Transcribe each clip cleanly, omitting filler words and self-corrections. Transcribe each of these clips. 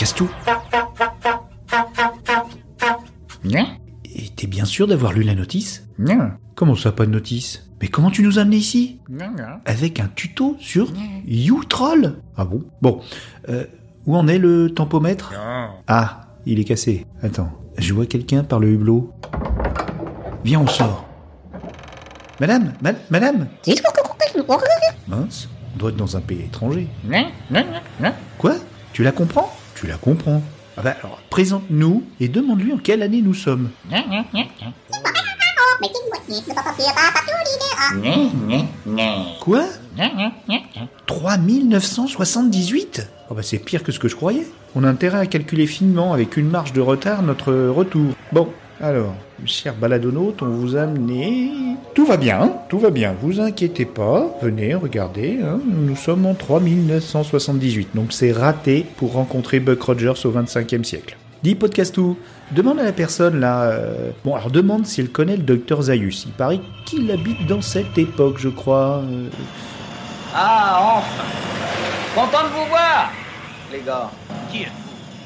Castou. Et t'es bien sûr d'avoir lu la notice ? Comment ça, pas de notice ? Mais comment tu nous as amené ici ? Avec un tuto sur YouTroll ? Ah bon ? Bon, où en est le tempomètre ? Ah, il est cassé. Attends, je vois quelqu'un par le hublot. Viens, on sort. Madame. Mince, on doit être dans un pays étranger. Quoi ? Tu la comprends ? Tu la comprends. Ah bah alors, présente-nous et demande-lui en quelle année nous sommes. Quoi ? 3978 ? Oh bah c'est pire que ce que je croyais. On a intérêt à calculer finement avec une marge de retard notre retour. Bon, alors, cher baladonaute, on vous a amené... Tout va bien, vous inquiétez pas. Venez, regardez, nous sommes en 3978, donc c'est raté pour rencontrer Buck Rogers au 25e siècle. Dis Podcastou, demande à la personne là... Bon, alors demande si elle connaît le docteur Zaius. Il paraît qu'il habite dans cette époque, je crois. Ah, enfin. Content de vous voir, les gars. Qui êtes-vous ?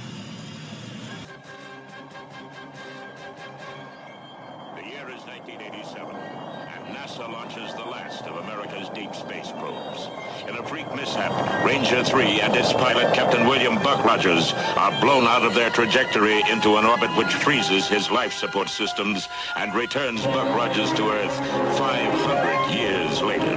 The year is 1987, and NASA launches the last of America's deep space probes. In a freak mishap, Ranger 3 and its pilot, Captain William Buck Rogers, are blown out of their trajectory into an orbit which freezes his life support systems and returns Buck Rogers to Earth 500 years later.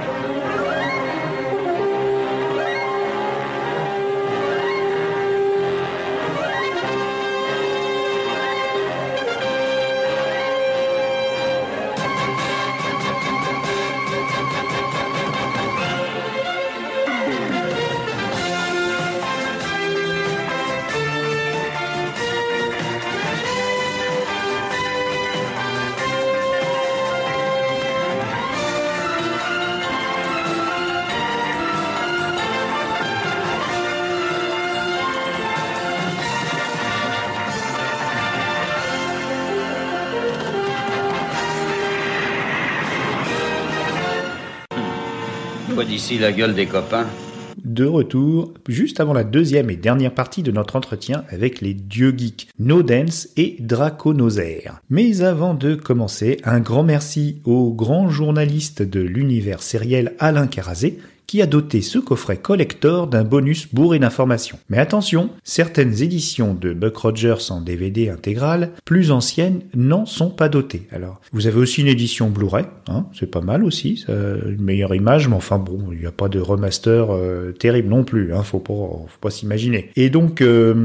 Quoi d'ici la gueule des copains ? De retour, juste avant la deuxième et dernière partie de notre entretien avec les dieux geeks, Nodens et Draconosaire. Mais avant de commencer, un grand merci au grand journaliste de l'univers sériel Alain Carazé, qui a doté ce coffret collector d'un bonus bourré d'informations. Mais attention, certaines éditions de Buck Rogers en DVD intégral, plus anciennes, n'en sont pas dotées. Alors, vous avez aussi une édition Blu-ray, c'est pas mal aussi, ça, une meilleure image, mais enfin bon, il n'y a pas de remaster terrible non plus, faut pas s'imaginer. Et donc,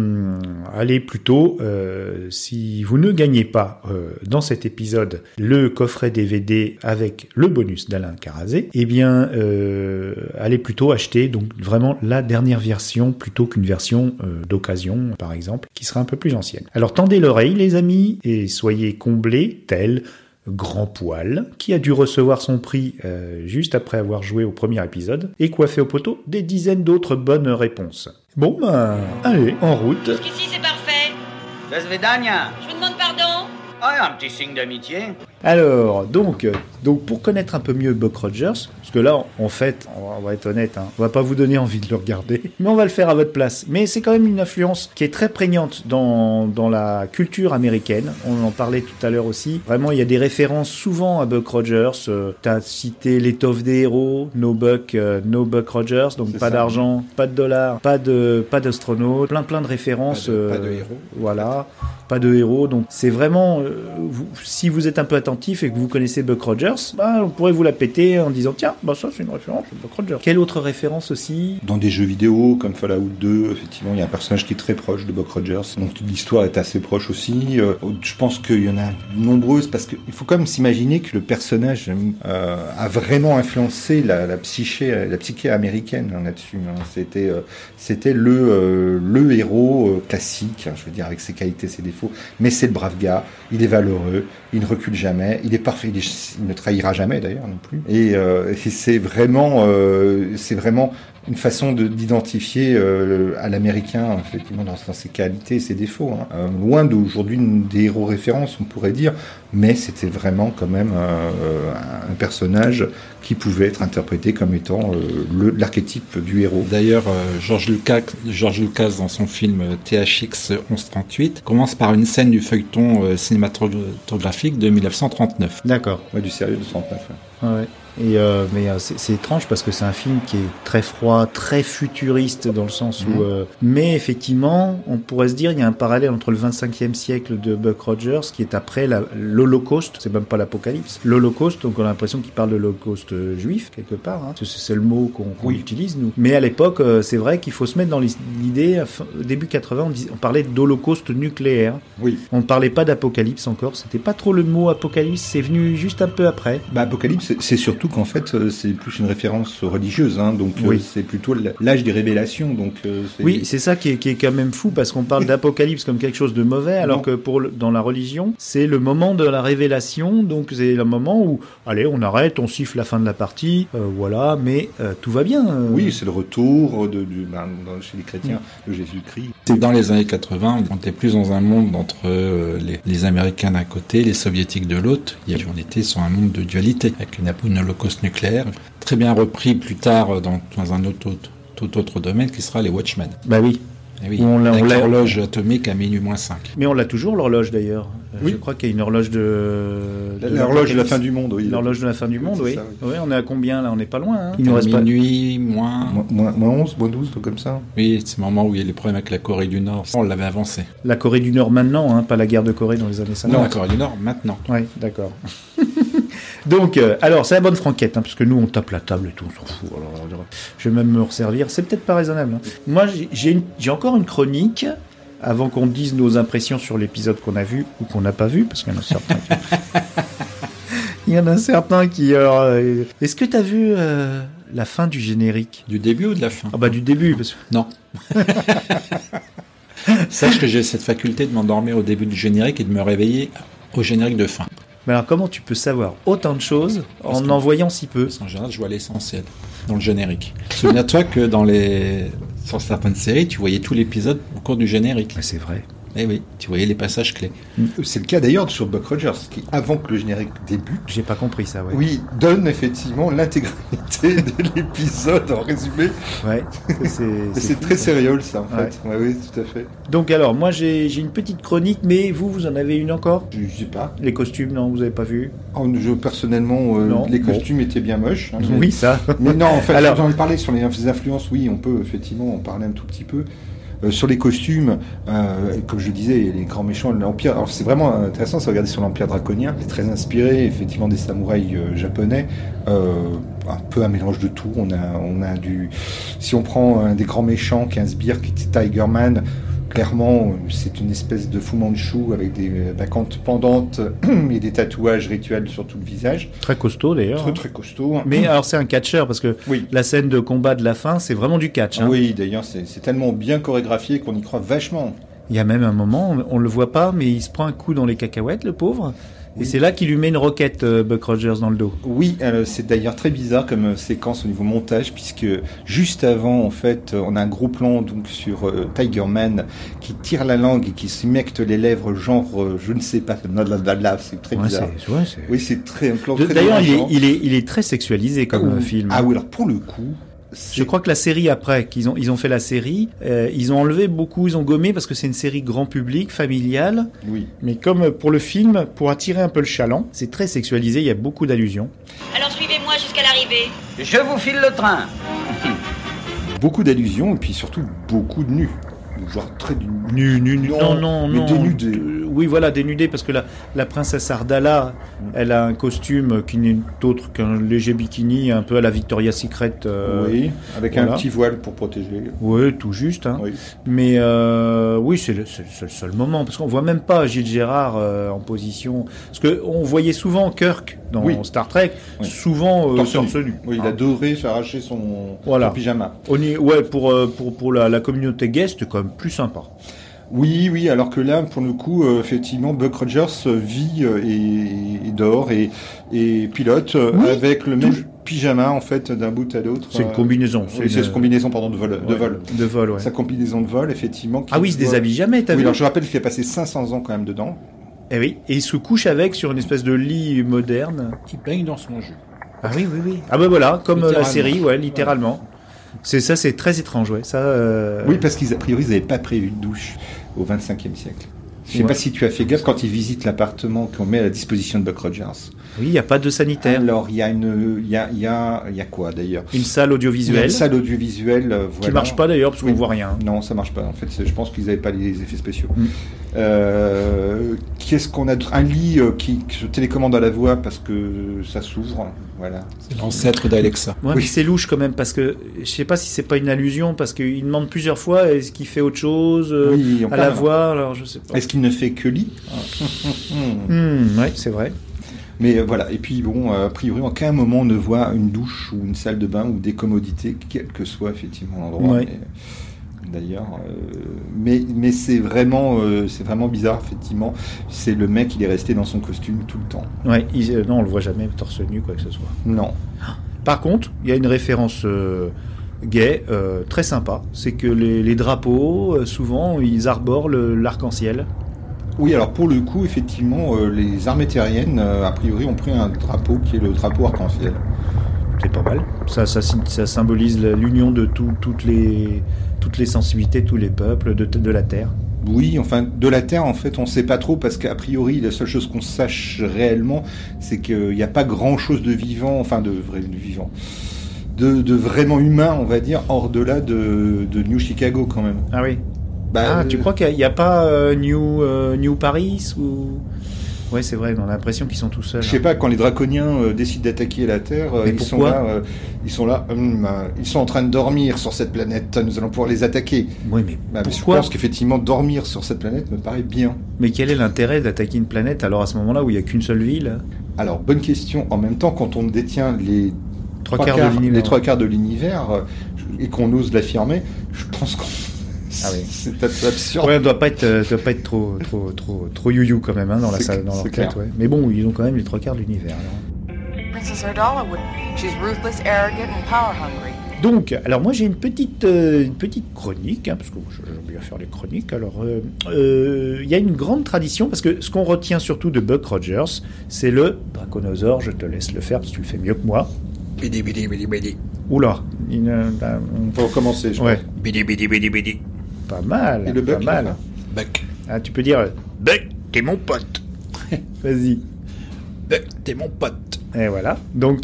allez plutôt, si vous ne gagnez pas dans cet épisode le coffret DVD avec le bonus d'Alain Carazé, eh bien, allez plutôt acheter donc vraiment la dernière version plutôt qu'une version d'occasion par exemple qui sera un peu plus ancienne. Alors tendez l'oreille les amis et soyez comblés tel Grand Poil qui a dû recevoir son prix juste après avoir joué au premier épisode et coiffé au poteau des dizaines d'autres bonnes réponses. Bon allez en route. Jusqu'ici c'est parfait. До свидания. Je vous demande pardon. Ah, un petit signe d'amitié. Alors, donc pour connaître un peu mieux Buck Rogers, parce que là, en fait, on va être honnête, on va pas vous donner envie de le regarder, mais on va le faire à votre place. Mais c'est quand même une influence qui est très prégnante dans la culture américaine. On en parlait tout à l'heure aussi. Vraiment, il y a des références souvent à Buck Rogers. T'as cité l'étoffe des héros, No Buck Rogers, donc c'est pas ça. D'argent, pas de dollars, pas d'astronautes, plein de références. Pas de héros. Voilà. Pas de héros, donc c'est vraiment si vous êtes un peu attentif et que vous connaissez Buck Rogers, on pourrait vous la péter en disant tiens, ça c'est une référence à Buck Rogers. Quelle autre référence aussi ? Dans des jeux vidéo comme Fallout 2, effectivement, il y a un personnage qui est très proche de Buck Rogers, donc l'histoire est assez proche aussi. Je pense qu'il y en a nombreuses parce qu'il faut quand même s'imaginer que le personnage a vraiment influencé la psyché américaine là-dessus. C'était le héros classique, je veux dire avec ses qualités, ses défauts. Mais c'est le brave gars, il est valeureux, il ne recule jamais, il est parfait, il ne trahira jamais d'ailleurs non plus. Et c'est vraiment une façon d'identifier à l'américain, effectivement, dans ses qualités et ses défauts. Loin d'aujourd'hui des héros références, on pourrait dire, mais c'était vraiment quand même un personnage qui pouvait être interprété comme étant l'archétype du héros. D'ailleurs, George Lucas, dans son film THX 1138, commence par une scène du feuilleton cinématographique de 1939. D'accord. Ouais, du sérieux de 39. Ouais. Mais c'est étrange parce que c'est un film qui est très froid, très futuriste dans le sens où... mais effectivement, on pourrait se dire il y a un parallèle entre le 25e siècle de Buck Rogers qui est après l'Holocauste, c'est même pas l'apocalypse, l'Holocauste, donc on a l'impression qu'il parle de l'Holocauste juif quelque part, hein. C'est le mot qu'on utilise nous. Mais à l'époque, c'est vrai qu'il faut se mettre dans l'idée, début 80, on parlait d'Holocauste nucléaire. Oui. On parlait pas d'apocalypse encore, c'était pas trop le mot apocalypse, c'est venu juste un peu après. Apocalypse, c'est surtout qu'en fait, c'est plus une référence religieuse, hein, donc c'est plutôt l'âge des révélations. Donc, c'est ça qui est quand même fou, parce qu'on parle d'apocalypse comme quelque chose de mauvais, alors que dans la religion, c'est le moment de la révélation, donc c'est le moment où, allez, on arrête, on siffle la fin de la partie, voilà, mais tout va bien. Oui, c'est le retour chez les chrétiens de Jésus-Christ. C'est dans les années 80, on était plus dans un monde entre les Américains d'un côté, les Soviétiques de l'autre. On était sur un monde de dualité, avec une holocauste nucléaire, très bien repris plus tard dans un tout autre domaine qui sera les Watchmen. Bah oui. Et oui, avec l'horloge atomique à minuit moins 5. Mais on l'a toujours, l'horloge d'ailleurs. Oui. Je crois qu'il y a une horloge l'horloge de la fin du monde, oui. L'horloge de la fin du monde, oui. Ça, oui. On est à combien là? On n'est pas loin. Hein. Il nous reste minuit, moins 11, moins 12, tout comme ça. Oui, c'est le moment où il y a les problèmes avec la Corée du Nord. On l'avait avancé. La Corée du Nord maintenant, hein, pas la guerre de Corée dans les années 50. Non, la Corée du Nord maintenant. Oui, d'accord. Donc, alors, c'est la bonne franquette, hein, parce que nous, on tape la table et tout, on s'en fout. Alors, je vais même me resservir. C'est peut-être pas raisonnable. Hein. Moi, j'ai encore une chronique, avant qu'on dise nos impressions sur l'épisode qu'on a vu ou qu'on n'a pas vu, parce qu'il y en a certains Il y en a certains qui... Est-ce que tu as vu la fin du générique? Du début ou de la fin? Ah bah du début, parce que... Non. Sache que j'ai cette faculté de m'endormir au début du générique et de me réveiller au générique de fin. Mais alors comment tu peux savoir autant de choses en voyant si peu? Parce qu'en général, je vois l'essentiel dans le générique. Souviens-toi que sur certaines séries, tu voyais tout l'épisode au cours du générique. Mais c'est vrai. Eh oui, tu voyais les passages clés. C'est le cas d'ailleurs sur Buck Rogers, qui, avant que le générique débute... J'ai pas compris ça, ouais. Oui, donne effectivement l'intégralité de l'épisode en résumé. Ouais, c'est très sérieux, ça, en fait. Ouais, oui, tout à fait. Donc alors, moi j'ai une petite chronique, mais vous en avez une encore? Je sais pas. Les costumes, non, vous avez pas vu? Personnellement, les costumes étaient bien moches. Hein, oui, ça. Mais non, en fait, alors, j'en ai parlé sur les influences, oui, on peut effectivement en parler un tout petit peu. Sur les costumes, comme je disais, les grands méchants, l'Empire. Alors c'est vraiment intéressant, c'est regarder sur l'Empire draconien. C'est très inspiré, effectivement, des samouraïs japonais. Un peu un mélange de tout. On a si on prend un des grands méchants, qui est un sbire, qui était Tiger Man. Clairement, c'est une espèce de Fu Manchu avec des bacchantes pendantes et des tatouages rituels sur tout le visage. Très costaud d'ailleurs. Très, très costaud. Mais alors c'est un catcheur parce que la scène de combat de la fin, c'est vraiment du catch. Hein. Oui, d'ailleurs, c'est tellement bien chorégraphié qu'on y croit vachement. Il y a même un moment, on le voit pas, mais il se prend un coup dans les cacahuètes, le pauvre. Et c'est là qu'il lui met une roquette, Buck Rogers, dans le dos. Oui, c'est d'ailleurs très bizarre comme séquence au niveau montage, puisque juste avant, en fait, on a un gros plan donc sur Tiger Man qui tire la langue et qui s'humecte les lèvres, genre, je ne sais pas, c'est très bizarre. Oui, c'est un plan très d'ailleurs, il est très sexualisé comme film. Ah oui, alors pour le coup... Je crois que la série après, ils ont fait la série, ils ont enlevé beaucoup, ils ont gommé parce que c'est une série grand public, familiale. Oui. Mais comme pour le film, pour attirer un peu le chaland, c'est très sexualisé, il y a beaucoup d'allusions. Alors suivez-moi jusqu'à l'arrivée. Je vous file le train. Beaucoup d'allusions et puis surtout beaucoup de nus. Genre très nu. Non. Mais dénudés. Oui, voilà, dénudés, parce que la princesse Ardala, elle a un costume qui n'est autre qu'un léger bikini, un peu à la Victoria's Secret. Oui, avec un petit voile pour protéger. Oui, tout juste. Hein. Oui. Mais oui, c'est le seul moment, parce qu'on voit même pas Gilles Gérard en position. Parce qu'on voyait souvent Kirk dans Star Trek, souvent torse nu. Oui, il adorait s'arracher son pyjama. Pour la communauté gay, c'était quand même plus sympa. Oui, alors que là, pour le coup, effectivement, Buck Rogers vit et dort et pilote avec le même pyjama, en fait, d'un bout à l'autre. C'est une combinaison. C'est une combinaison, pardon, de vol. De vol, ouais. Sa combinaison de vol, effectivement. Ah oui, il se déshabille jamais, t'as vu? Alors je rappelle qu'il a passé 500 ans quand même dedans. Eh oui, et il se couche avec sur une espèce de lit moderne. Qui baigne dans son jus. Ah oui. Ah ben voilà, comme la série, littéralement. C'est très étrange, ouais. Ça. Oui, parce qu'a priori, ils n'avaient pas prévu de douche au 25e siècle. Je sais pas si tu as fait gaffe quand ils visitent l'appartement qu'on met à la disposition de Buck Rogers. Oui, il n'y a pas de sanitaire. Alors, il y a quoi d'ailleurs? Une salle audiovisuelle. Une salle audiovisuelle, voilà. Qui marche pas d'ailleurs parce qu'on voit rien. Non, ça marche pas. En fait, je pense qu'ils n'avaient pas les effets spéciaux. Qu'est-ce qu'on a? Un lit qui se télécommande à la voix parce que ça s'ouvre. Voilà. C'est l'ancêtre d'Alexa. Ouais, mais c'est louche quand même parce que je sais pas si c'est pas une allusion parce qu'il demande plusieurs fois est-ce qu'il fait autre chose à la voix. Alors je sais pas. Est-ce qu'il ne fait que lit? Ouais, c'est vrai. Mais voilà, et puis bon, a priori, en aucun moment on ne voit une douche ou une salle de bain ou des commodités, quel que soit effectivement l'endroit. Ouais. D'ailleurs, mais c'est vraiment bizarre, effectivement. C'est le mec, il est resté dans son costume tout le temps. Ouais, non, on le voit jamais torse nu, quoi que ce soit. Non. Par contre, il y a une référence gay, très sympa. C'est que les drapeaux, souvent, ils arborent l'arc-en-ciel. Oui, alors pour le coup, effectivement, les armées terriennes, a priori, ont pris un drapeau qui est le drapeau arc-en-ciel. C'est pas mal. Ça symbolise l'union de toutes les sensibilités, tous les peuples de la Terre. Oui, enfin, de la Terre, en fait, on ne sait pas trop, parce qu'a priori, la seule chose qu'on sache réellement, c'est qu'il n'y a pas grand-chose de vivant, enfin, de vivant, de vraiment humain, on va dire, hors de là de New Chicago, quand même. Ah oui. Tu crois qu'il n'y a pas New Paris ou... Ouais, c'est vrai, on a l'impression qu'ils sont tout seuls. Je sais pas, quand les draconiens décident d'attaquer la Terre, ils sont là, ils sont en train de dormir sur cette planète, nous allons pouvoir les attaquer. Oui, mais pourquoi? Je pense qu'effectivement, dormir sur cette planète me paraît bien. Mais quel est l'intérêt d'attaquer une planète alors à ce moment-là où il n'y a qu'une seule ville? Alors, bonne question. En même temps, quand on détient les trois quarts de l'univers et qu'on ose l'affirmer, je pense qu'on... Ah oui. C'est absurde. Ouais, on doit pas être trop you quand même dans leur tête. Ouais. Mais bon, ils ont quand même les trois quarts de l'univers. Alors. Princess Ardala she's ruthless, arrogant and power hungry. Donc, alors moi j'ai une petite chronique, parce que j'aime bien faire les chroniques. Alors, il y a une grande tradition, parce que ce qu'on retient surtout de Buck Rogers, c'est le Draconosaure. Je te laisse le faire parce que tu le fais mieux que moi. Bidi bidi bidi bidi. Oula. On peut recommencer, je crois. Bidi bidi bidi bidi. Pas mal. Et le Buck, pas mal. Buck. Ah, tu peux dire Buck, t'es mon pote. Vas-y. Buck, t'es mon pote. Et voilà. Donc.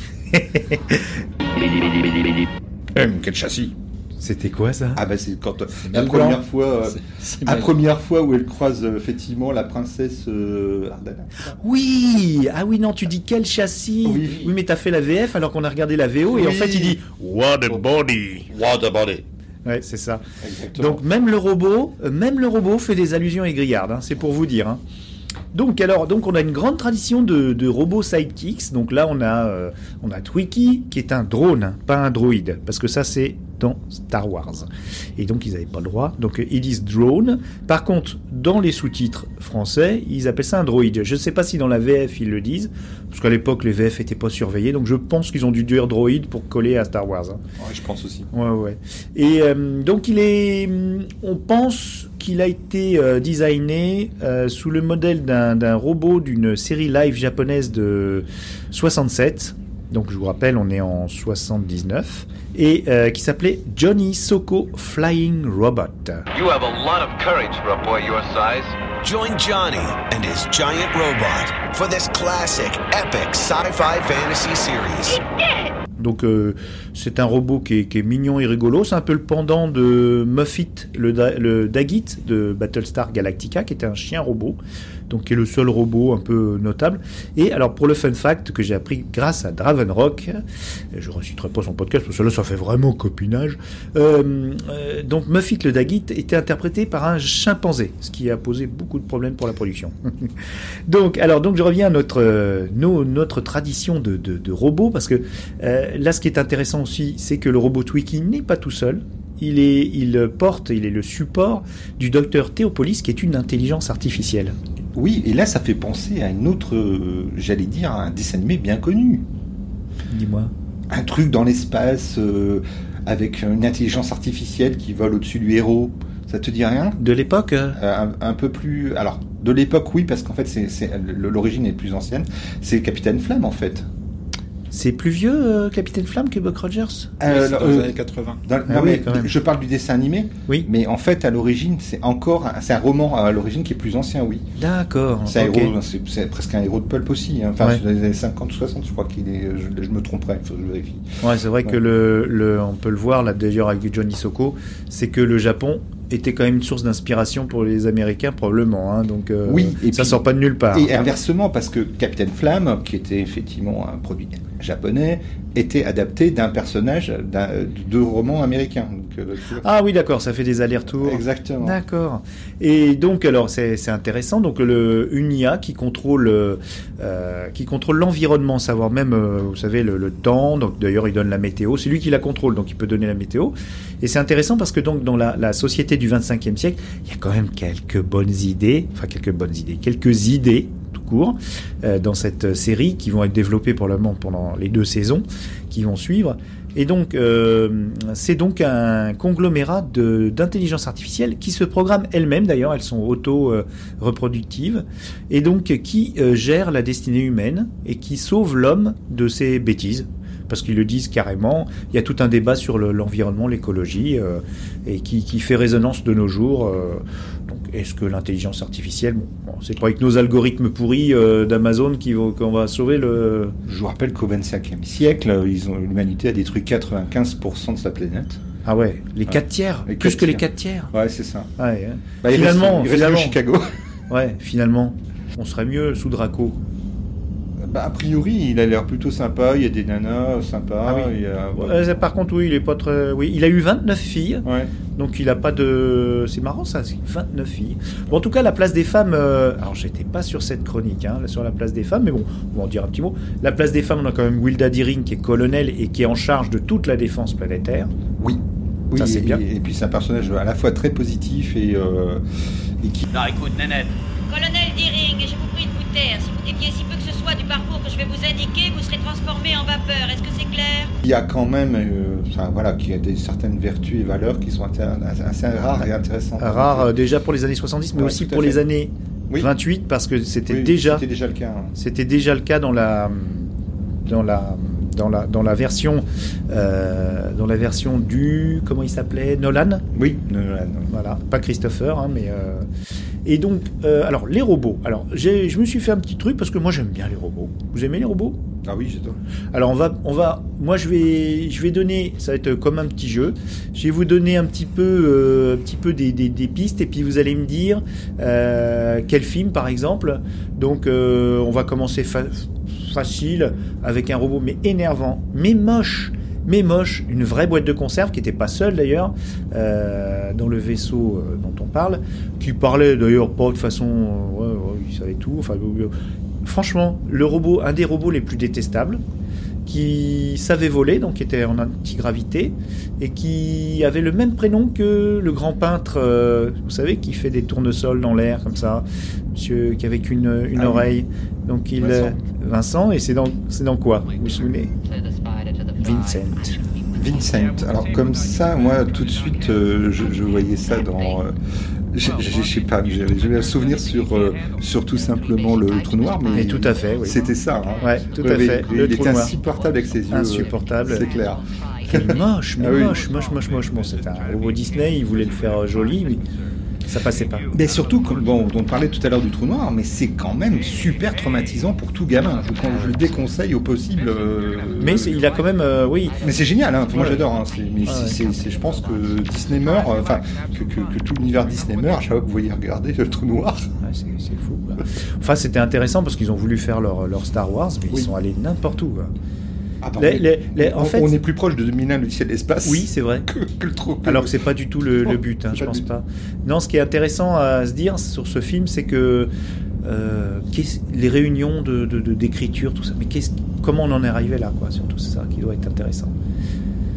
Quel châssis. C'était quoi ça? Ah bah c'est quand la première fois où elle croise effectivement la princesse Ardala. Oui, ah oui non, tu dis quel châssis? Oui mais t'as fait la VF alors qu'on a regardé la VO et en fait il dit what a body. Ouais, c'est ça. Exactement. Donc même le robot fait des allusions aigriardes, c'est pour vous dire. Donc on a une grande tradition de robots sidekicks. Donc là on a Twiki qui est un drone, pas un droïde, parce que ça c'est dans Star Wars. Et donc ils n'avaient pas le droit. Donc ils disent drone. Par contre, dans les sous-titres français, ils appellent ça un droïde. Je ne sais pas si dans la VF ils le disent, parce qu'à l'époque les VF n'étaient pas surveillés. Donc je pense qu'ils ont dû dire droïde pour coller à Star Wars. Ouais, je pense aussi. Ouais. Et donc on pense qu'il a été designé sous le modèle d'un robot d'une série live japonaise de 67. Donc je vous rappelle, on est en 79. Et qui s'appelait Johnny Soko Flying Robot. You have a lot of courage for a boy your size. Join Johnny and his giant robot for this classic, epic sci-fi fantasy series. Donc c'est un robot qui est mignon et rigolo. C'est un peu le pendant de Muffit, le Daggit de Battlestar Galactica, qui était un chien robot, donc qui est le seul robot un peu notable. Et alors pour le fun fact que j'ai appris grâce à Dravenrock, je ne reciterai pas son podcast parce que là ça fait vraiment copinage. Donc Muffit le Daggit était interprété par un chimpanzé, ce qui a posé beaucoup de problèmes pour la production. donc je reviens à notre tradition de robots, parce que là ce qui est intéressant aussi, c'est que le robot Twiki n'est pas tout seul. il est le support du docteur Théopolis, qui est une intelligence artificielle. Oui, et là, ça fait penser à une autre, j'allais dire, un dessin animé bien connu. Dis-moi. Un truc dans l'espace, avec une intelligence artificielle qui vole au-dessus du héros. Ça te dit rien ? De l'époque un peu plus... Alors, de l'époque, oui, parce qu'en fait, l'origine est plus ancienne. C'est Capitaine Flamme, en fait. C'est plus vieux, Capitaine Flamme, que Buck Rogers ? C'est dans les années 80. Je parle du dessin animé, oui. Mais en fait, à l'origine, c'est un roman à l'origine qui est plus ancien, oui. D'accord. C'est un héros, c'est presque un héros de pulp aussi. Hein. Enfin, c'est dans les années 50 ou 60, je crois qu'il est... Je me tromperais, il faut que je vérifie. Ouais, c'est vrai que on peut le voir, là, d'ailleurs, avec Johnny Sokko, c'est que le Japon était quand même une source d'inspiration pour les Américains, probablement. Hein, donc, oui, et ça puis, sort pas de nulle part. Et inversement, parce que Capitaine Flamme, qui était effectivement un produit japonais, était adapté d'un personnage de roman américain. Donc, ah oui, d'accord, ça fait des allers-retours. Exactement. D'accord. Et donc, alors, c'est intéressant. Donc, une IA qui contrôle l'environnement, savoir même, vous savez, le temps. Donc, d'ailleurs, il donne la météo. C'est lui qui la contrôle, donc il peut donner la météo. Et c'est intéressant parce que donc dans la société du 25e siècle, il y a quand même quelques idées tout court dans cette série qui vont être développées pendant les 2 saisons qui vont suivre. Et donc c'est donc un conglomérat d'intelligence artificielle qui se programment elles-mêmes, d'ailleurs elles sont auto-reproductives, et donc qui gèrent la destinée humaine et qui sauvent l'homme de ses bêtises. Parce qu'ils le disent carrément, il y a tout un débat sur l'environnement, l'écologie, et qui fait résonance de nos jours. Donc, est-ce que l'intelligence artificielle, c'est pas avec nos algorithmes pourris d'Amazon qu'on va sauver le... Je vous rappelle qu'au XXe siècle, l'humanité a détruit 95% de sa planète. Ah ouais, les 4 tiers, plus que les 4 tiers. Ouais, c'est ça. Ouais, bah, finalement, il reste Chicago. Ouais, finalement, on serait mieux sous Draco. Bah, a priori, il a l'air plutôt sympa, il y a des nanas sympas. Ah oui. Par contre, oui, il est pas très... Oui, il a eu 29 filles, ouais. Donc il a pas de... C'est marrant ça, c'est 29 filles. Bon, en tout cas, la place des femmes... Alors, j'étais pas sur cette chronique, sur la place des femmes, mais bon, on va en dire un petit mot. La place des femmes, on a quand même Wilda Deering, qui est colonel et qui est en charge de toute la défense planétaire. Oui. Ça, c'est bien. Et puis, c'est un personnage à la fois très positif et qui... Non, écoute, Nanette. Colonel Deering, je vous prie de vous taire. Si vous déviez si peu que ce soit du parcours que je vais vous indiquer, vous serez transformé en vapeur. Est-ce que c'est clair ? Il y a quand même, qui a certaines vertus et valeurs qui sont assez rares et intéressantes. Rares déjà pour les années 70, mais aussi pour les années 28, parce que c'était déjà le cas. Hein. C'était déjà le cas dans la version du, comment il s'appelait, Nolan. Oui, Nolan. Voilà, pas Christopher, mais et donc alors les robots. Alors je me suis fait un petit truc parce que moi j'aime bien les robots. Vous aimez les robots ? Ah oui, j'adore. Alors moi je vais donner, ça va être comme un petit jeu. Je vais vous donner un petit peu des pistes et puis vous allez me dire quel film par exemple. Donc on va commencer facile avec un robot mais énervant, mais moche, une vraie boîte de conserve qui n'était pas seule d'ailleurs dans le vaisseau dont on parle, qui parlait d'ailleurs pas de façon il savait tout, enfin franchement un des robots les plus détestables, qui savait voler, donc qui était en antigravité et qui avait le même prénom que le grand peintre, vous savez, qui fait des tournesols dans l'air comme ça, monsieur qui avait qu'une oreille. Donc Vincent, et c'est dans quoi, vous vous souvenez ? Vincent. Alors comme ça, moi tout de suite, je voyais ça dans... je sais pas, j'avais un souvenir sur tout simplement le trou noir, mais tout à fait, oui. C'était ça. Hein. Ouais, tout à fait. Il était insupportable avec ses yeux. Insupportable. C'est clair. Moche. Bon, c'était un robot Disney, il voulait le faire joli, mais ça passait pas. Mais surtout, on parlait tout à l'heure du trou noir, mais c'est quand même super traumatisant pour tout gamin. Je le déconseille au possible. Mais il a quand même, oui. Mais c'est génial, hein. Moi j'adore. Hein. Je pense que Disney meurt, que tout l'univers Disney meurt à chaque fois que vous voyez regarder le trou noir. Ouais, c'est fou. Quoi. Enfin, c'était intéressant parce qu'ils ont voulu faire leur Star Wars, mais ils sont allés n'importe où. Quoi. Ah, en fait, on est plus proche de 2001, l'Odyssée de l'espace. Oui, c'est vrai. que le trop. Alors que c'est pas du tout le but, je pense pas. Non, ce qui est intéressant à se dire sur ce film, c'est que les réunions d'écriture, tout ça. Mais comment on en est arrivé là, quoi. Surtout, c'est ça qui doit être intéressant.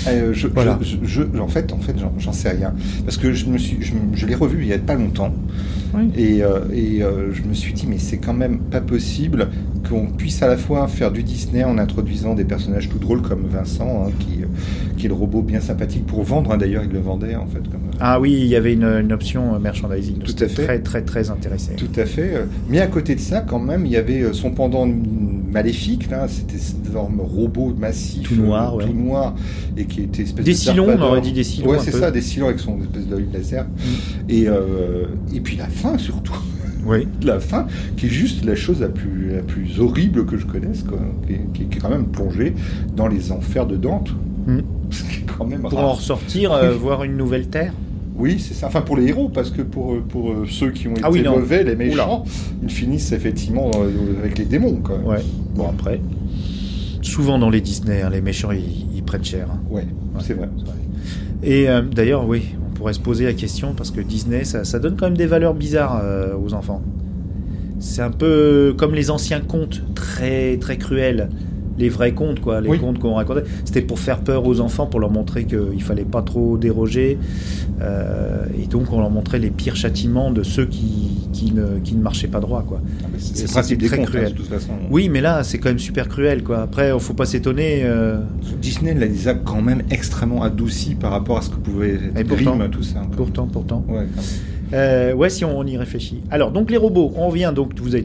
Voilà. En fait, j'en sais rien. Parce que je l'ai revu il y a pas longtemps. Oui. Et je me suis dit, mais c'est quand même pas possible qu'on puisse à la fois faire du Disney en introduisant des personnages tout drôles comme Vincent, qui est le robot bien sympathique pour vendre. D'ailleurs, il le vendait en fait. Ah oui, il y avait une option merchandising. Tout à fait. Très, très, très intéressé. Tout à fait. Mais à côté de ça, quand même, il y avait son pendant maléfique, là. C'était cet énorme robot massif. Tout noir, tout noir. Et qui était espèce des de silons, on aurait dit des silons. Ouais, c'est ça, des silons avec son espèce d'œil laser. Et puis la fin, surtout. Oui. La fin, qui est juste la chose la plus horrible que je connaisse, quoi. Qui est quand même plongée dans les enfers de Dante. Ce qui est quand même pour rare. en ressortir, voir une nouvelle terre. Oui, c'est ça. Enfin, pour les héros, parce que pour ceux qui ont été mauvais, les méchants, ils finissent effectivement avec les démons, quoi. Ouais. Bon, après, souvent dans les Disney, les méchants, ils prennent cher. Ouais, c'est vrai. Et d'ailleurs, oui, on pourrait se poser la question, parce que Disney, ça donne quand même des valeurs bizarres aux enfants. C'est un peu comme les anciens contes, très, très cruels. Les vrais contes, quoi, les contes qu'on racontait. C'était pour faire peur aux enfants, pour leur montrer qu'il fallait pas trop déroger. Et donc, on leur montrait les pires châtiments de ceux qui ne marchaient pas droit, quoi. Ah, c'est le principe des contes, de toute façon. Oui, mais là, c'est quand même super cruel, quoi. Après, il faut pas s'étonner. Disney les a quand même extrêmement adoucis par rapport à ce que pouvait être Grimm, tout ça. Pourtant. Ouais, quand même. Ouais, si on y réfléchit. Alors, donc les robots, on revient. Donc, vous avez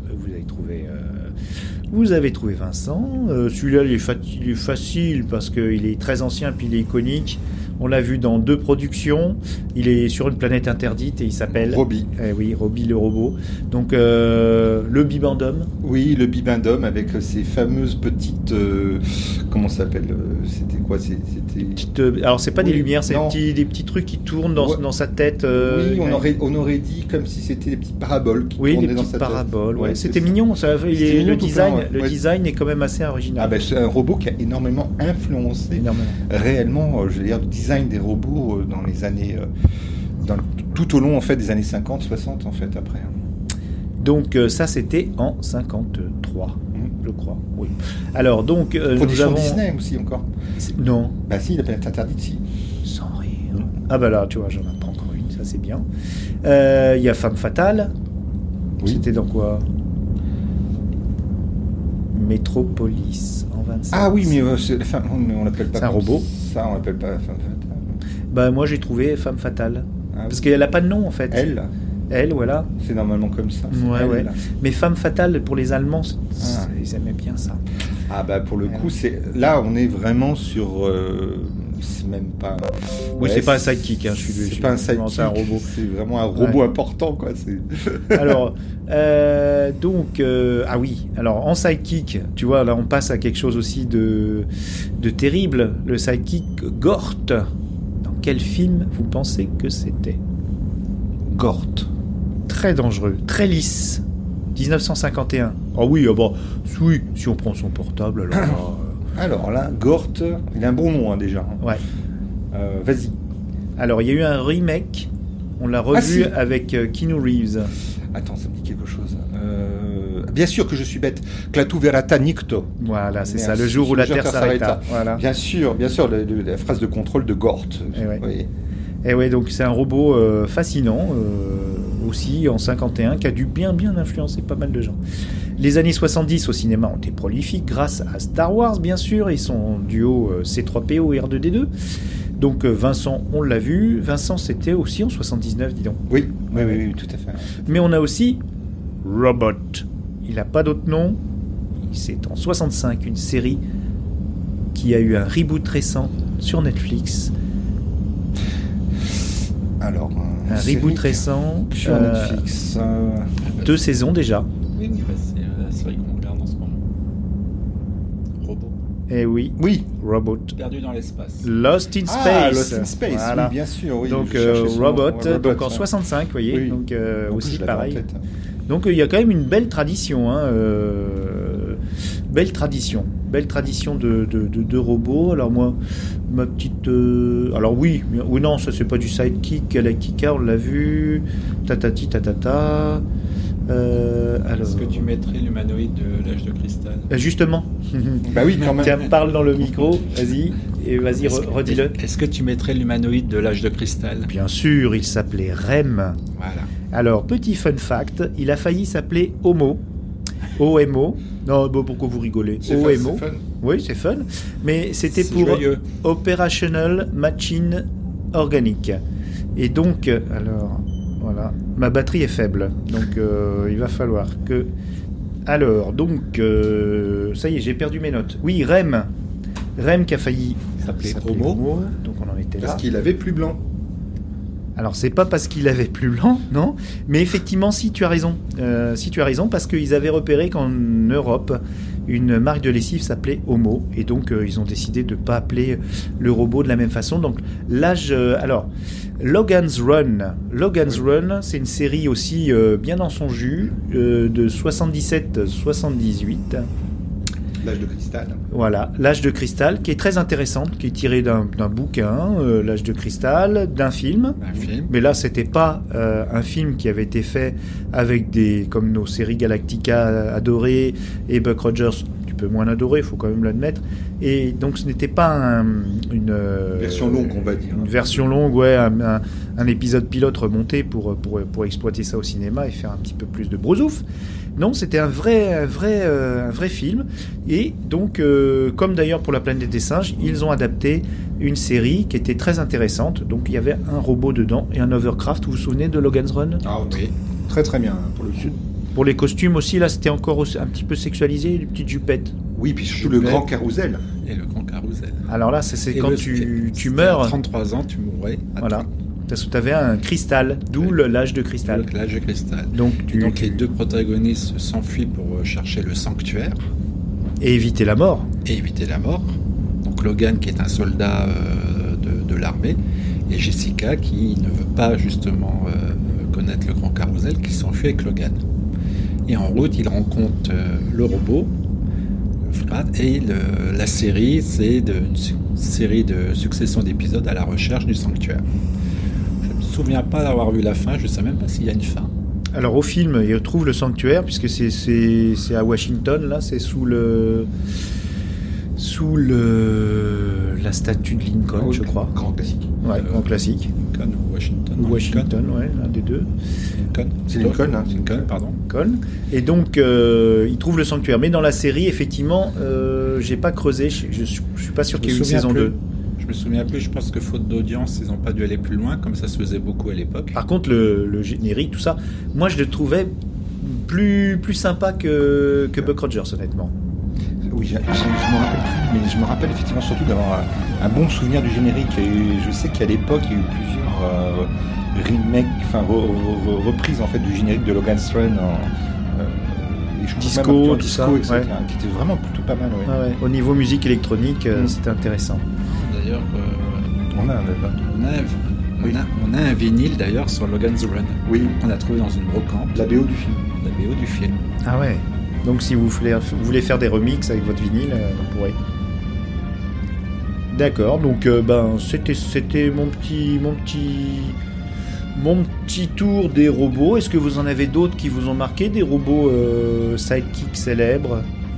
trouvé Vincent. Celui-là, il est facile parce qu'il est très ancien puis il est iconique. On l'a vu dans 2 productions. Il est sur une planète interdite et il s'appelle Robbie. Oui, Robbie le robot. Donc le Bibendum. Oui, le Bibendum avec ses fameuses petites comment ça s'appelle c'était quoi c'était alors c'est pas des lumières, c'est des petits trucs qui tournent dans sa tête. Oui, on aurait dit comme si c'était des petites paraboles qui tournaient dans sa tête. Oui, des petites paraboles. Ouais, c'était mignon. Le design est quand même assez original. Ah ben c'est un robot qui a énormément influencé réellement, je veux dire, le design des robots dans les années tout au long en fait des années 50, 60 en fait après. Donc ça c'était en 53, je crois. Oui. Alors donc nous avons Disney aussi encore. Non. Bah si, la planète interdite si. Sans rire. Ah bah là tu vois, j'en apprends encore une, ça c'est bien. Il y a Femme Fatale. Oui. C'était dans quoi? Métropolis en 25. Ah oui, mais on l'appelle pas. C'est un robot. Ça, on l'appelle pas Femme Fatale. Bah moi j'ai trouvé Femme Fatale. Parce qu'elle a pas de nom en fait. Elle, voilà. C'est normalement comme ça. Ouais. Mais Femme Fatale, pour les Allemands, ils aimaient bien ça. Ah bah pour le coup, là on est vraiment sur... c'est même pas... Oui, c'est pas un sidekick. C'est pas un sidekick, c'est un robot. C'est vraiment un robot important, quoi. Alors, ah oui, alors en sidekick, tu vois, là on passe à quelque chose aussi de terrible. Le sidekick Gort. Dans quel film vous pensez que c'était? Gort. Très dangereux, très lisse. 1951. Ah oui, oui, si on prend son portable, alors là... Alors là, Gort, il a un bon nom déjà. Ouais. Vas-y. Alors, il y a eu un remake. On l'a revu avec Keanu Reeves. Attends, ça me dit quelque chose. Bien sûr que je suis bête. Clatu verata nicto. Voilà, c'est ça, le jour où la Terre s'arrêta. Voilà. Bien sûr, la phrase de contrôle de Gort. Oui. Et ouais, donc c'est un robot fascinant, aussi en 51, qui a dû bien influencer pas mal de gens. Les années 70 au cinéma ont été prolifiques grâce à Star Wars, bien sûr, et son duo C3PO et R2D2. Donc Vincent, on l'a vu. Vincent, c'était aussi en 79, dis donc. Oui, tout à fait. Mais on a aussi Robot. Il n'a pas d'autre nom. C'est en 65, une série qui a eu un reboot récent sur Netflix. Alors, un reboot récent sur Netflix. 2 saisons déjà. Oui, c'est la série qu'on regarde en ce moment. Robot. Eh oui. Robot. Perdu dans l'espace. Lost in Space. Ah, Lost in Space, voilà. Oui, bien sûr. Oui, donc Robot, donc en 65, vous voyez. Oui. Donc aussi pareil. Donc il y a quand même une belle tradition, belle tradition de robots. Alors moi, ma petite, alors oui, non, ça c'est pas du sidekick, la Kika, on l'a vu, tatati tatata. Alors... Est-ce que tu mettrais l'humanoïde de l'âge de cristal? Justement. Bah oui, quand même. Tiens, parle dans le micro, vas-y. Et vas-y, redis-le. Est-ce que tu mettrais l'humanoïde de l'âge de cristal ? Bien sûr, il s'appelait Rem. Voilà. Alors, petit fun fact, il a failli s'appeler Homo. OMO. Non, bon, pourquoi vous rigolez ? OMO. C'est fun. Oui, c'est fun. Mais c'était C'est pour joyeux. Operational Machine Organic. Et donc, alors, voilà, ma batterie est faible. Donc, il va falloir que... Alors, donc, ça y est, j'ai perdu mes notes. Oui, Rem. Rem qui a failli S'appelait s'appeler Homo. Donc, on en était là. Parce qu'il avait plus blanc. Alors, c'est pas parce qu'il avait plus blanc, non. Mais effectivement, si tu as raison. Parce qu'ils avaient repéré qu'en Europe, une marque de lessive s'appelait Homo. Et donc, ils ont décidé de ne pas appeler le robot de la même façon. Donc, l'âge... alors, Logan's Run. Logan's Run, c'est une série aussi bien dans son jus, de 77-78. L'âge de cristal. Voilà, L'âge de cristal, qui est très intéressante, qui est tirée d'un bouquin, L'âge de cristal, d'un film. Un film. Mais là, c'était pas un film qui avait été fait avec comme nos séries Galactica adorées et Buck Rogers, tu peux moins l'adorer, il faut quand même l'admettre. Et donc, ce n'était pas une version longue, on va dire. Une version longue, ouais, un épisode pilote remonté pour exploiter ça au cinéma et faire un petit peu plus de brousouf. Non, c'était un vrai film. Et donc, comme d'ailleurs pour La Planète des Singes, ils ont adapté une série qui était très intéressante. Donc, il y avait un robot dedans et un hovercraft. Vous vous souvenez de Logan's Run ? Ah oui, très très bien pour le coup. Pour les costumes aussi, là, c'était encore un petit peu sexualisé, les petites jupettes. Oui, puis surtout le grand carrousel. Et le grand carrousel. Alors là, c'est quand tu meurs. À 33 ans, tu mourrais. Voilà. Parce que tu avais un cristal, d'où l'âge de cristal. L'âge de cristal. Donc les deux protagonistes s'enfuient pour chercher le sanctuaire. Et éviter la mort. Donc Logan, qui est un soldat de l'armée, et Jessica, qui ne veut pas justement connaître le grand carrousel, qui s'enfuit avec Logan. Et en route, il rencontre le robot, Fred, et la série, c'est une série de succession d'épisodes à la recherche du sanctuaire. Je ne me souviens pas d'avoir vu la fin, je ne sais même pas s'il y a une fin. Alors au film, il retrouve le sanctuaire, puisque c'est à Washington, là, c'est sous la statue de Lincoln, je crois. Grand classique. Ouais, grand classique. Lincoln ou Washington. Washington, ouais, l'un des deux. Lincoln. C'est Lincoln, hein. Lincoln, pardon. Lincoln. Et donc, il trouve le sanctuaire. Mais dans la série, effectivement, j'ai pas creusé. Je suis pas sûr qu'il y ait eu une saison 2. Je me souviens plus, je pense que faute d'audience, ils n'ont pas dû aller plus loin, comme ça se faisait beaucoup à l'époque. Par contre, le générique, tout ça, moi je le trouvais plus sympa que Buck Rogers, honnêtement. Oui, je me rappelle plus, mais je me rappelle effectivement surtout d'avoir un bon souvenir du générique. Et je sais qu'à l'époque, il y a eu plusieurs remakes, enfin reprises en fait du générique de Logan's Run. Disco, tout ça, etc., ouais. Qui était vraiment plutôt pas mal. Ouais. Ah ouais. Au niveau musique électronique, c'était intéressant. D'ailleurs, on a un vinyle d'ailleurs sur Logan's Run. Oui. On a trouvé dans une brocante. La BO du film. La BO du film. Ah ouais. Donc si vous voulez faire des remixes avec votre vinyle, vous pourrez. D'accord. Donc c'était mon petit tour des robots. Est-ce que vous en avez d'autres qui vous ont marqué, des robots sidekicks célèbres?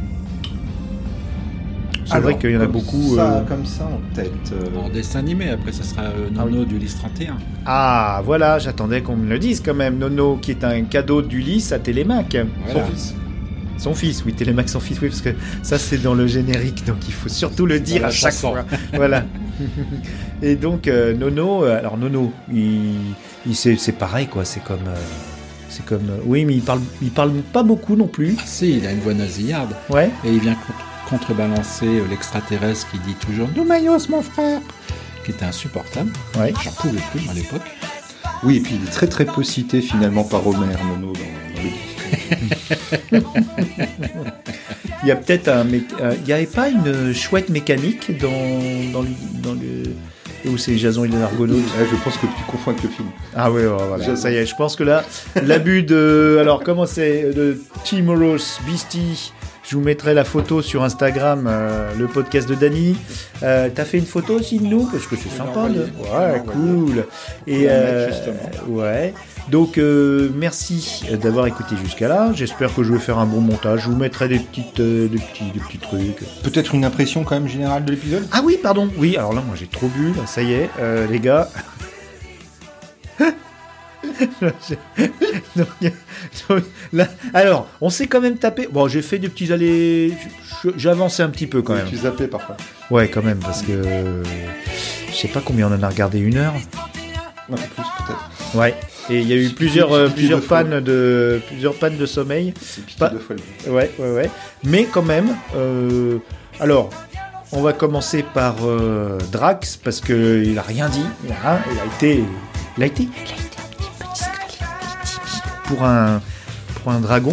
C'est vrai qu'il y en a beaucoup. Comme ça en tête. En dessin animé, après ça sera Nono d'Ulysse 31. Ah voilà, j'attendais qu'on me le dise quand même. Nono, qui est un cadeau d'Ulysse à Télémac. Voilà. Son fils, oui, Télémac, son fils, oui, parce que ça c'est dans le générique, donc il faut surtout le dire à chaque fois. Voilà. Et donc Nono, alors Nono, c'est pareil quoi, c'est comme, oui, mais il parle pas beaucoup non plus. Si, il a une voix nasillarde. Ouais. Et il vient contrebalancer l'extraterrestre qui dit toujours Doumayos, mon frère, qui était insupportable. Ouais. J'en pouvais plus à l'époque. Oui, et puis il est très très peu cité finalement par Homer, Nono, dans le disque. Il y a peut-être il n'y avait pas une chouette mécanique dans le où c'est Jason et les Argonautes. Je pense que tu confonds avec le film. Ah oui, voilà, ça y est, je pense que là, l'abus de... Alors, comment c'est de Timorous Beastie Je vous mettrai la photo sur Instagram, le podcast de Dany. T'as fait une photo aussi de nous parce que c'est sympa. Ouais, cool. Et ouais. Donc merci d'avoir écouté jusqu'à là. J'espère que je vais faire un bon montage. Je vous mettrai des petits trucs. Peut-être une impression quand même générale de l'épisode. Ah oui, pardon. Oui, alors là, moi j'ai trop bu. Là, ça y est, les gars. Là, alors, on s'est quand même tapé. Bon, j'ai fait des petits allers. J'ai avancé un petit peu quand même. Tu zappais parfois. Ouais, quand même, parce que je sais pas combien on en a regardé, 1 heure. Non, plus peut-être. Ouais. Et il y a eu plusieurs pannes de sommeil. Pas 2 fois le Ouais. Mais quand même. Alors, on va commencer par Drax parce que il a rien dit. Il a été un petit peu discret, pour un dragon.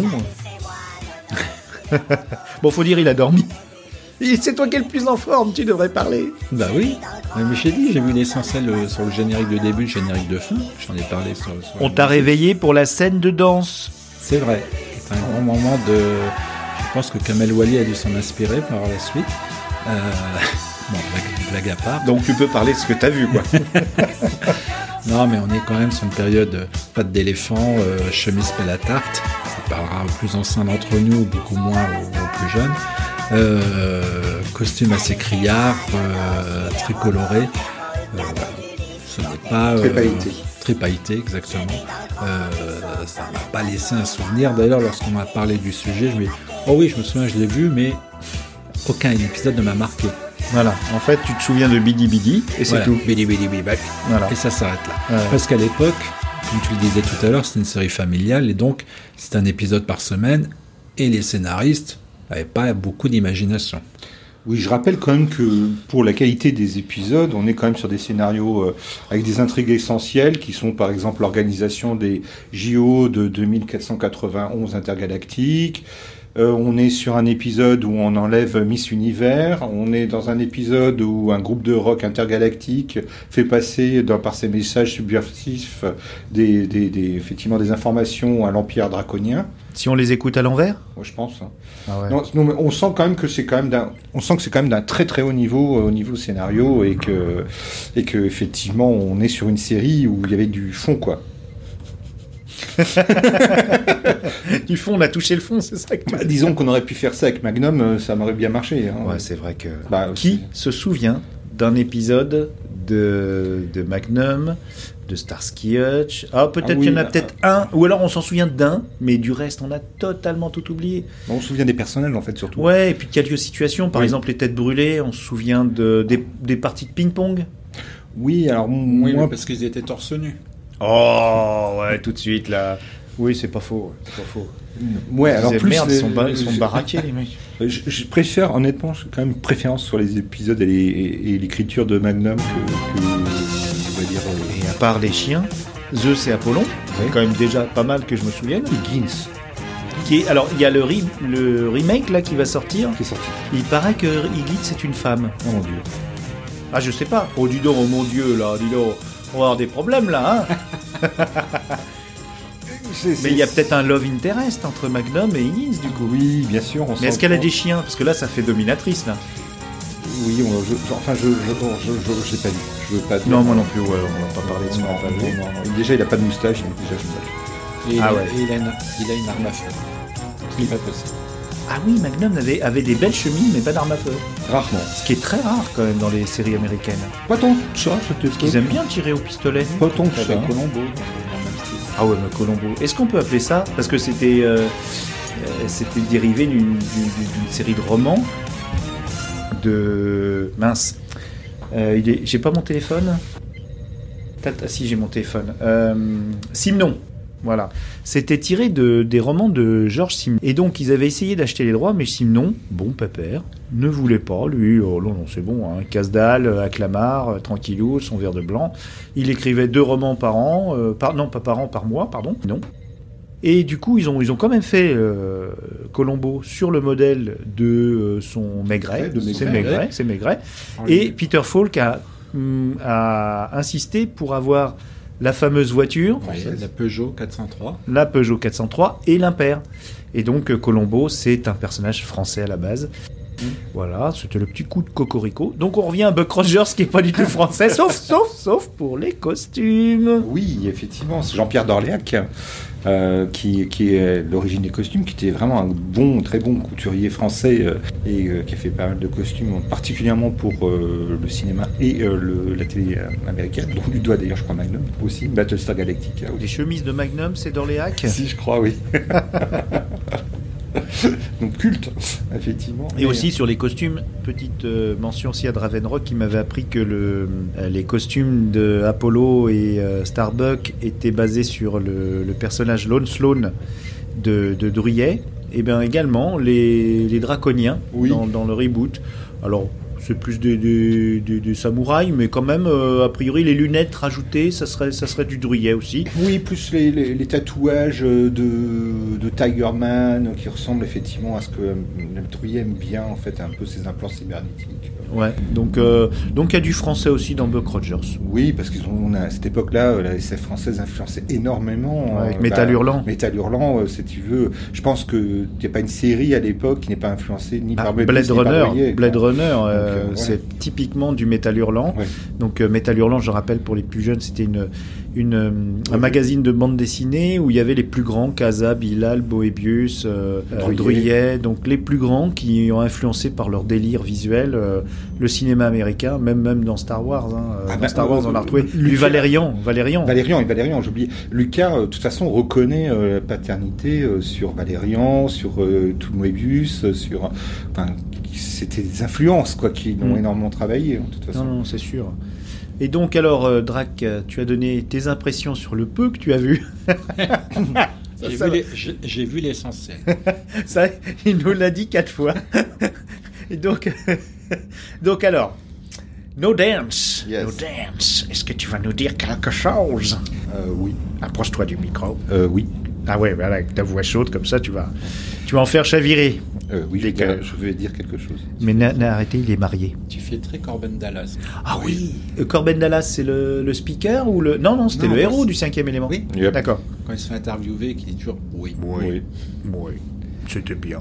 Bon, faut dire, il a dormi. C'est toi qui es le plus en forme, tu devrais parler. Bah oui, mais j'ai dit, j'ai vu l'essentiel sur le générique de début, le générique de fin. J'en ai parlé sur on t'a réveillé pour la scène de danse. C'est vrai. C'est un grand moment de. Je pense que Kamel Wally a dû s'en inspirer par la suite. Bon, blague à part. Donc tu peux parler de ce que t'as vu, quoi. Non, mais on est quand même sur une période pattes d'éléphant, chemise pelle à tarte. Ça parlera aux plus anciens d'entre nous, beaucoup moins aux plus jeunes. Costume assez criard, très coloré. Ce n'est pas très pailleté, exactement. Ça m'a pas laissé un souvenir. D'ailleurs, lorsqu'on m'a parlé du sujet, je me dis oh oui, je me souviens, je l'ai vu, mais aucun épisode ne m'a marqué. Voilà, en fait, tu te souviens de Bidi Bidi et c'est tout. Bidi Bidi Bidi Back. Voilà. Et ça s'arrête là. Ouais. Parce qu'à l'époque, comme tu le disais tout à l'heure, c'est une série familiale et donc c'est un épisode par semaine et les scénaristes n'avaient pas beaucoup d'imagination. Oui, je rappelle quand même que pour la qualité des épisodes, on est quand même sur des scénarios avec des intrigues essentielles qui sont par exemple l'organisation des JO de 2491 intergalactiques. On est sur un épisode où on enlève Miss Univers. On est dans un épisode où un groupe de rock intergalactique fait passer par ses messages subversifs effectivement des informations à l'Empire draconien. Si on les écoute à l'envers ? Ouais, je pense. Ah ouais. Non, mais on sent quand même que c'est quand même d'un très très haut niveau scénario et que effectivement on est sur une série où il y avait du fond, quoi. Du fond, on a touché le fond, c'est ça que tu disons qu'on aurait pu faire ça avec Magnum, ça m'aurait bien marché. Hein. Ouais, c'est vrai que... Qui se souvient d'un épisode de Magnum, de Starsky Hutch? Peut-être qu'il y en a peut-être un, ou alors on s'en souvient d'un, mais du reste, on a totalement tout oublié. On se souvient des personnages, en fait, surtout. Ouais, et puis de quelques situations, par exemple les têtes brûlées, on se souvient des parties de ping-pong. Oui, alors... moi, parce qu'ils étaient torse nu. Oh, ouais, tout de suite, là. Oui, c'est pas faux. Ouais, alors plus merde, ils sont baraqués, les mecs. Je préfère, honnêtement, j'ai quand même préférence sur les épisodes et l'écriture de Magnum que on va dire. Et à part les chiens, Zeus et Apollon, c'est quand même déjà pas mal que je me souvienne. Higgins. Alors, il y a le remake là qui va sortir. Qui est sorti. Il paraît que Higgins c'est une femme. Oh mon dieu. Ah, je sais pas. Oh, dis donc, oh mon dieu, là, dis donc. On va avoir des problèmes là, hein. Mais il y a peut-être un love interest entre Magnum et Higgins, du coup. Oui, bien sûr. Mais est-ce qu'elle a des chiens ? Parce que là, ça fait dominatrice, là. Oui, j'ai pas vu. Je veux pas dire. Non, moi non plus, ouais, on va pas parler de ça. Non. Déjà, il a pas de moustache. Et il a une arme à feu. Ce qui n'est pas possible. Ah oui, Magnum avait des belles chemises, mais pas d'armes à feu. Rarement. Ce qui est très rare, quand même, dans les séries américaines. Pas tant que ça, parce qu'ils aiment bien tirer au pistolet. Pas tant que ça. Colombo. Ah ouais, mais Colombo. Est-ce qu'on peut appeler ça ? Parce que c'était dérivé d'une série de romans de... Mince. J'ai pas mon téléphone. Ah si, j'ai mon téléphone. Simon. Voilà. C'était tiré des romans de Georges Simenon. Et donc, ils avaient essayé d'acheter les droits, mais Simenon, bon pépère, ne voulait pas. Lui, oh non, c'est bon, hein, casse-dalle, acclamar, tranquillou, son verre de blanc. Il écrivait 2 romans par an, par mois, pardon. Non. Et du coup, ils ont quand même fait Colombo sur le modèle de son Maigret. C'est Maigret. Et Peter Falk a insisté pour avoir la fameuse voiture, la Peugeot 403. La Peugeot 403 et l'Impair. Et donc Colombo, c'est un personnage français à la base. Voilà, c'était le petit coup de cocorico. Donc on revient à Buck Rogers qui est pas du tout français, sauf pour les costumes. Oui, effectivement, c'est Jean-Pierre d'Orléac qui est l'origine des costumes, qui était vraiment un très bon couturier français et qui a fait pas mal de costumes, particulièrement pour le cinéma et la télé américaine, dont lui doit d'ailleurs, je crois, Magnum aussi, Battlestar Galactica. Les chemises de Magnum, c'est d'Orléac ? Si, je crois, oui. Donc culte, effectivement. Et aussi sur les costumes, petite mention aussi à Dravenrock qui m'avait appris que les costumes de Apollo et Starbuck étaient basés sur le personnage Lone Sloan de Druyet. Et bien également les Draconiens dans le reboot. Alors c'est plus des samouraïs, mais quand même, a priori, les lunettes rajoutées, ça serait du Druyet aussi. Oui, plus les tatouages de Tiger Man, qui ressemblent effectivement à ce que Druyet aime bien, en fait, un peu ses implants cybernétiques. Ouais, donc il y a du français aussi dans Buck Rogers. Oui, parce à cette époque-là, la SF française influençait énormément. Avec Métal Hurlant. Métal Hurlant, si tu veux. Je pense qu'il n'y a pas une série à l'époque qui n'est pas influencée ni par Blade Runner. Blade Runner, ouais. C'est typiquement du Métal Hurlant. Ouais. Donc Métal Hurlant, je rappelle pour les plus jeunes, c'était un magazine de bande dessinée où il y avait les plus grands, Casa, Bilal, Boébius, Druyet, donc les plus grands qui ont influencé par leur délire visuel le cinéma américain, même dans Star Wars. Dans Star Wars, on a retrouvé du Valérian, j'ai oublié. Lucas, de toute façon, reconnaît la paternité sur Valérian, sur tout Moebius, c'était des influences qui l'ont énormément travaillé, de toute façon. Non, c'est sûr. Et donc alors, Drac, tu as donné tes impressions sur le peu que tu as vu. J'ai vu l'essentiel. Ça, il nous l'a dit 4 fois. Et donc alors, No Dance. Yes. No Dance. Est-ce que tu vas nous dire quelque chose ? Oui. Approche-toi du micro. Oui. Ah ouais, voilà, avec ta voix chaude comme ça, tu vas en faire chavirer. Oui, je vais dire quelque chose. Mais arrêtez, il est marié. Tu fais très Corbin Dallas. Ah oui, Corbin Dallas, c'est le speaker ou le... Non, c'était le héros du 5e élément. Oui, yep. D'accord. Quand il se fait interviewer, qu'il dit toujours oui. C'était bien.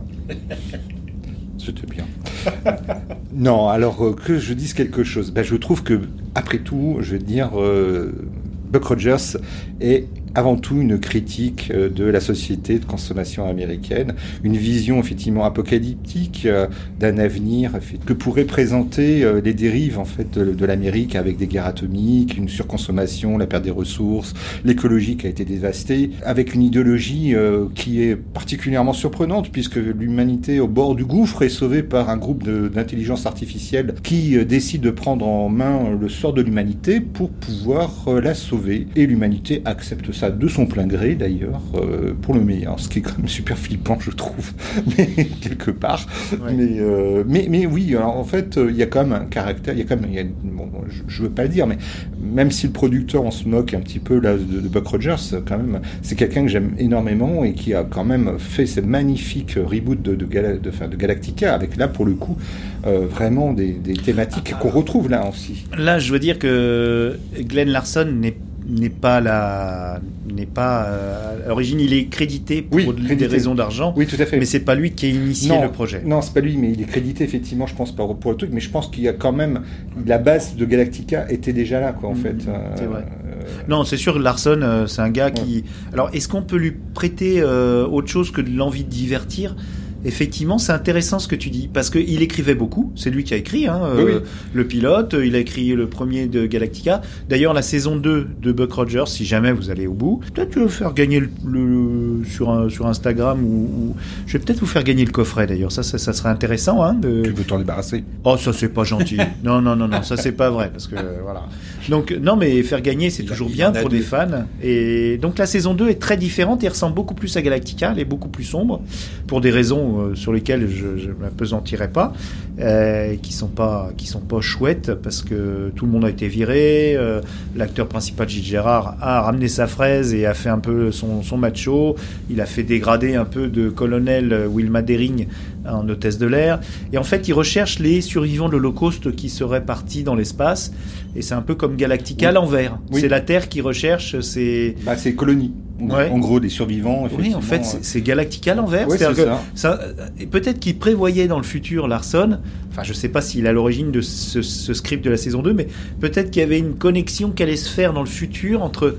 C'était bien. Non, alors que je dise quelque chose. Je trouve que, après tout, je vais dire, Buck Rogers est avant tout une critique de la société de consommation américaine, une vision effectivement apocalyptique d'un avenir que pourraient présenter les dérives en fait de l'Amérique avec des guerres atomiques, une surconsommation, la perte des ressources, l'écologie qui a été dévastée, avec une idéologie qui est particulièrement surprenante puisque l'humanité au bord du gouffre est sauvée par un groupe d'intelligence artificielle qui décide de prendre en main le sort de l'humanité pour pouvoir la sauver, et l'humanité accepte ça de son plein gré d'ailleurs, pour le meilleur, ce qui est quand même super flippant je trouve, mais quelque part. Ouais. Mais oui, alors, en fait il y a quand même un caractère, je veux pas le dire, mais même si le producteur on se moque un petit peu là de Buck Rogers, quand même c'est quelqu'un que j'aime énormément et qui a quand même fait ce magnifique reboot de Galactica avec là pour le coup vraiment des thématiques qu'on retrouve là aussi. Là je veux dire que Glenn Larson n'est pas à l'origine, il est crédité pour des raisons d'argent. Oui, tout à fait. Mais c'est pas lui qui a initié le projet. Non, c'est pas lui, mais il est crédité effectivement, je pense, pour le truc. Mais je pense qu'il y a quand même la base de Galactica était déjà là, en fait. C'est vrai. Non, c'est sûr, Larson, c'est un gars qui. Alors, est-ce qu'on peut lui prêter autre chose que de l'envie de divertir ? Effectivement, c'est intéressant ce que tu dis, parce qu'il écrivait beaucoup, c'est lui qui a écrit le pilote, il a écrit le premier de Galactica. D'ailleurs, la saison 2 de Buck Rogers, si jamais vous allez au bout, peut-être que je vais faire gagner sur Instagram, ou je vais peut-être vous faire gagner le coffret d'ailleurs, ça serait intéressant. Tu peux t'en débarrasser. Oh, ça c'est pas gentil. Non, ça c'est pas vrai, parce que voilà. Donc, non, mais faire gagner, c'est toujours bien pour des fans. Et donc la saison 2 est très différente et ressemble beaucoup plus à Galactica, elle est beaucoup plus sombre, pour des raisons sur lesquelles je m'apesantirai pas, qui sont pas chouettes, parce que tout le monde a été viré, l'acteur principal Gilles Gérard a ramené sa fraise et a fait un peu son macho, il a fait dégrader un peu de colonel Wilma Dering en hôtesse de l'air. Et en fait, ils recherchent les survivants de l'Holocauste qui seraient partis dans l'espace. Et c'est un peu comme Galactica à l'envers. Oui. C'est la Terre qui recherche ces colonies. Ouais. En gros, des survivants. Oui, en fait, c'est Galactica à l'envers. Ouais, C'est-à-dire c'est ça. et peut-être qu'il prévoyait dans le futur Larson, enfin, je sais pas s'il est à l'origine de ce script de la saison 2, mais peut-être qu'il y avait une connexion qui allait se faire dans le futur entre,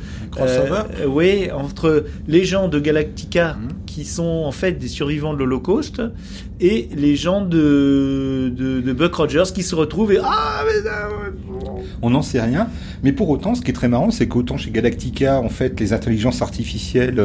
entre les gens de Galactica qui sont en fait des survivants de l'Holocauste et les gens de Buck Rogers qui se retrouvent et on n'en sait rien, mais pour autant, ce qui est très marrant, c'est qu'autant chez Galactica, en fait, les intelligences artificielles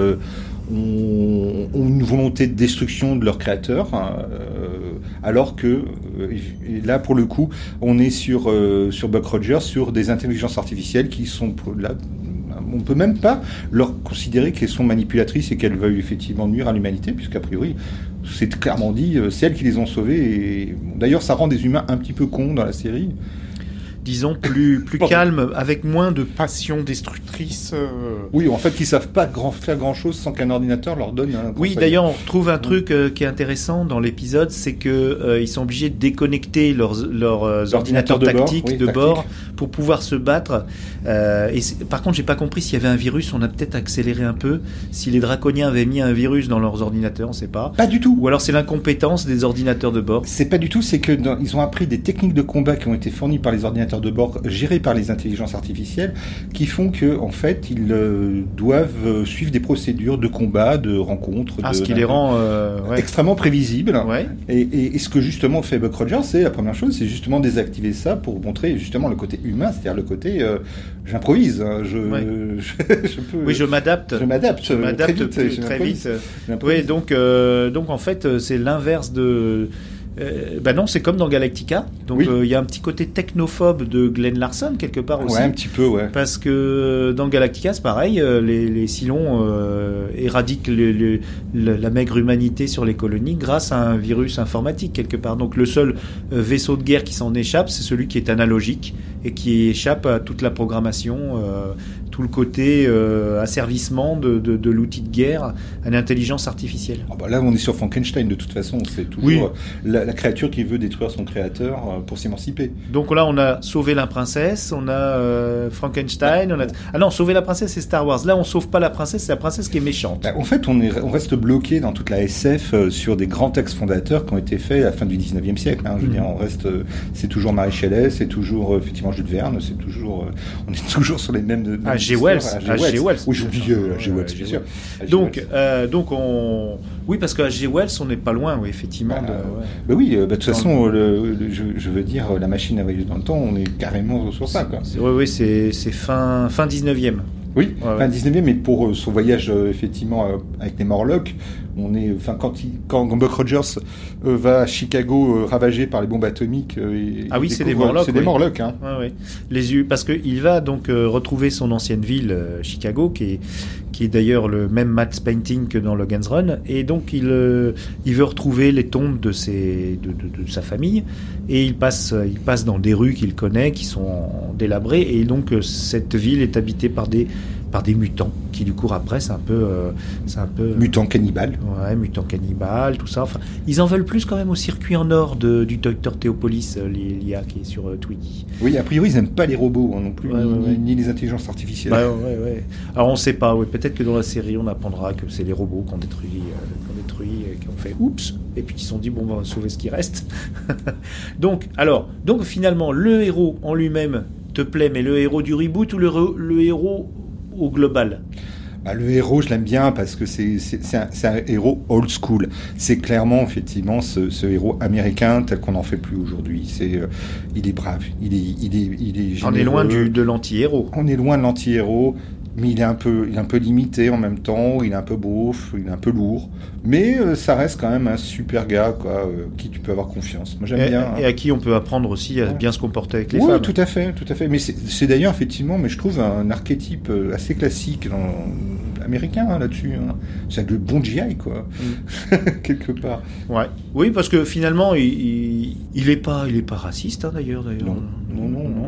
ont une volonté de destruction de leur créateur, alors que et là, pour le coup, on est sur Buck Rogers, sur des intelligences artificielles qui sont là. On peut même pas leur considérer qu'elles sont manipulatrices et qu'elles veulent effectivement nuire à l'humanité, puisqu'a priori, c'est clairement dit, c'est elles qui les ont sauvés. Et d'ailleurs, ça rend des humains un petit peu cons dans la série. Disons plus calme, avec moins de passion destructrice. Oui, en fait, qui savent pas faire grand chose sans qu'un ordinateur leur donne un conseil. Oui, d'ailleurs, on retrouve un truc qui est intéressant dans l'épisode, c'est que ils sont obligés de déconnecter leurs ordinateurs tactiques de bord pour pouvoir se battre. Par contre, j'ai pas compris s'il y avait un virus. On a peut-être accéléré un peu. Si les draconiens avaient mis un virus dans leurs ordinateurs, on sait pas. Pas du tout. Ou alors c'est l'incompétence des ordinateurs de bord. C'est pas du tout. C'est que ils ont appris des techniques de combat qui ont été fournies par les ordinateurs de bord gérés par les intelligences artificielles qui font que en fait ils doivent suivre des procédures de combat, de rencontres, ce qui les rend extrêmement prévisibles. Ouais. Et ce que justement fait Buck Rogers, c'est la première chose, c'est justement désactiver ça pour montrer justement le côté humain, c'est-à-dire le côté j'improvise, je peux. Oui, je m'adapte très vite. Oui, donc en fait c'est l'inverse de. Non, c'est comme dans Galactica. Donc il y a un petit côté technophobe de Glenn Larson quelque part aussi. Ouais, un petit peu, ouais. Parce que dans Galactica, c'est pareil, les Cylons éradiquent la maigre humanité sur les colonies grâce à un virus informatique quelque part. Donc le seul vaisseau de guerre qui s'en échappe, c'est celui qui est analogique et qui échappe à toute la programmation, tout le côté asservissement de l'outil de guerre à l'intelligence artificielle. Là, on est sur Frankenstein de toute façon. C'est toujours la créature qui veut détruire son créateur pour s'émanciper. Donc là, on a sauvé la princesse, on a Frankenstein, Ah non, sauver la princesse, c'est Star Wars. Là, on sauve pas la princesse, c'est la princesse qui est méchante. En fait, on reste bloqué dans toute la SF sur des grands textes fondateurs qui ont été faits à la fin du 19e siècle. Je veux dire, c'est toujours Marie Shelley, c'est toujours effectivement Jules Verne, c'est toujours, on est toujours sur les mêmes. G. Wells. Oui, j'ai oublié G. Wells, bien sûr. Donc oui, parce qu'à G. Wells, on n'est pas loin, oui, effectivement. Oui, de toute façon, je veux dire, la machine à voyager dans le temps, on est carrément sur ça, quoi. Oui, c'est fin 19e. Oui, fin 19e, mais pour son voyage effectivement avec les Morlocks, on est, quand Buck Rogers va à Chicago ravagé par les bombes atomiques. C'est des Morlocks. C'est des Morlocks, hein. Parce qu'il va donc retrouver son ancienne ville, Chicago, qui est d'ailleurs le même matte painting que dans Logan's Run, et donc il veut retrouver les tombes de sa famille, et il passe dans des rues qu'il connaît, qui sont délabrées, et donc cette ville est habitée par des mutants qui lui courent après. C'est un peu mutants cannibales. Ouais, mutants cannibales, tout ça. Enfin, ils en veulent plus quand même au circuit en or du docteur Théopolis, l'IA qui est sur Twiggy. Oui, a priori ils n'aiment pas les robots non plus, ni les intelligences artificielles. Alors on sait pas. Peut-être que dans la série on apprendra que c'est les robots qu'on détruit, qui ont fait oups, et puis qui se sont dit on va sauver ce qui reste. donc finalement le héros en lui-même te plaît, mais le héros du reboot ou le héros au global? Le héros, je l'aime bien parce que c'est un héros old school. C'est clairement, effectivement, ce héros américain tel qu'on n'en fait plus aujourd'hui. Il est brave, il est généreux. On est loin de l'anti-héros. On est loin de l'anti-héros, mais il est un peu limité en même temps. Il est un peu beauf, il est un peu lourd, mais ça reste quand même un super gars, quoi, qui tu peux avoir confiance. Moi, j'aime bien. Et à qui on peut apprendre aussi à bien se comporter avec les femmes. Oui, tout à fait. Mais c'est d'ailleurs effectivement, mais je trouve un archétype assez classique américain là-dessus. C'est le bon GI, quoi, quelque part. Ouais. Oui, parce que finalement, il est pas raciste, d'ailleurs. Non.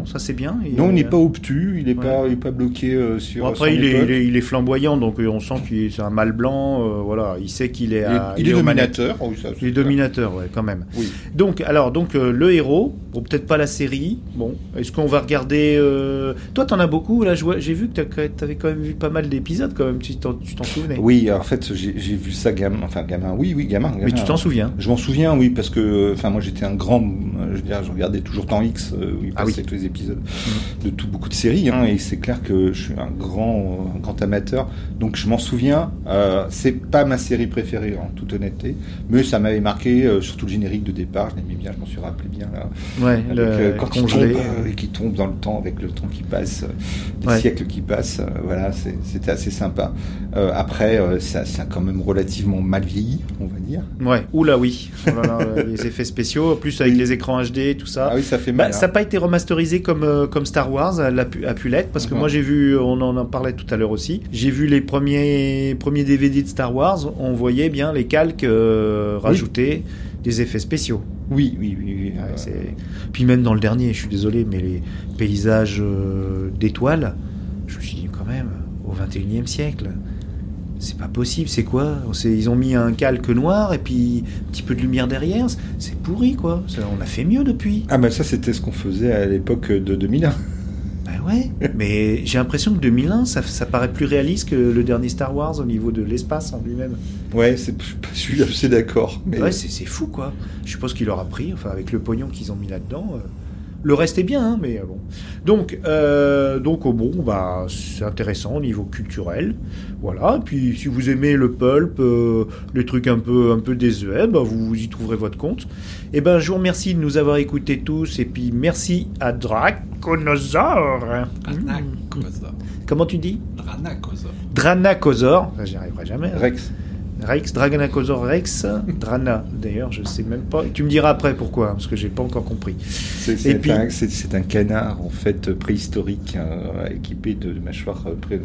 non, ça c'est bien. Non, il n'est pas obtus, il n'est pas bloqué sur. Bon, après, son il est flamboyant, donc on sent qu'il c'est un mâle blanc. Voilà, il sait qu'il est. Il est dominateur. Oui, ça, il est dominateur, ouais, quand même. Oui. Donc le héros. Bon, peut-être pas la série. Bon, est-ce qu'on va regarder Toi, t'en as beaucoup là. J'ai vu que t'avais quand même vu pas mal d'épisodes quand même. Tu t'en souvenais? Oui, alors, en fait, j'ai vu ça gamin. Oui, gamin. Mais tu t'en souviens? Je m'en souviens, oui, parce que, moi, j'étais un grand. Je regardais toujours Temps X, où il passait tous les épisodes de beaucoup de séries, hein, et c'est clair que je suis un grand amateur. Donc, je m'en souviens. C'est pas ma série préférée, en toute honnêteté, mais ça m'avait marqué, surtout le générique de départ. Je l'aimais bien, je m'en suis rappelé bien là. Ouais, quand il tombe dans le temps, avec le temps qui passe, les siècles qui passent, voilà, c'était assez sympa. Après, ça a quand même relativement mal vieilli, on va dire. Ouais, oula oui. Oh là là, les effets spéciaux, en plus avec les écrans HD, tout ça. Ah oui, ça fait mal. Ça n'a pas été remasterisé comme Star Wars, a pu l'être, parce que moi j'ai vu, on en parlait tout à l'heure aussi, j'ai vu les premiers DVD de Star Wars, on voyait bien les calques rajoutés, des effets spéciaux. Oui. Puis même dans le dernier, je suis désolé, mais les paysages d'étoiles, je me suis dit quand même, au 21e siècle, c'est pas possible, c'est quoi? Ils ont mis un calque noir et puis un petit peu de lumière derrière, c'est pourri quoi. On a fait mieux depuis. Ah ça c'était ce qu'on faisait à l'époque de 2001. Ouais, mais j'ai l'impression que 2001, ça paraît plus réaliste que le dernier Star Wars au niveau de l'espace en lui-même. Ouais, je suis assez d'accord. Mais... Ouais, c'est fou, quoi. Je suppose qu'il aura pris, avec le pognon qu'ils ont mis là-dedans. Le reste est bien, hein, mais bon. Donc c'est intéressant au niveau culturel. Voilà. Et puis, si vous aimez le pulp, les trucs un peu désuets, vous y trouverez votre compte. Et je vous remercie de nous avoir écoutés tous. Et puis, merci à Draconosaur. Comment tu dis? Dranacosaur. J'y arriverai jamais. Draganacosaur Rex, Drana, d'ailleurs, je sais même pas. Tu me diras après pourquoi, parce que j'ai pas encore compris. C'est un canard, en fait, préhistorique, équipé de mâchoires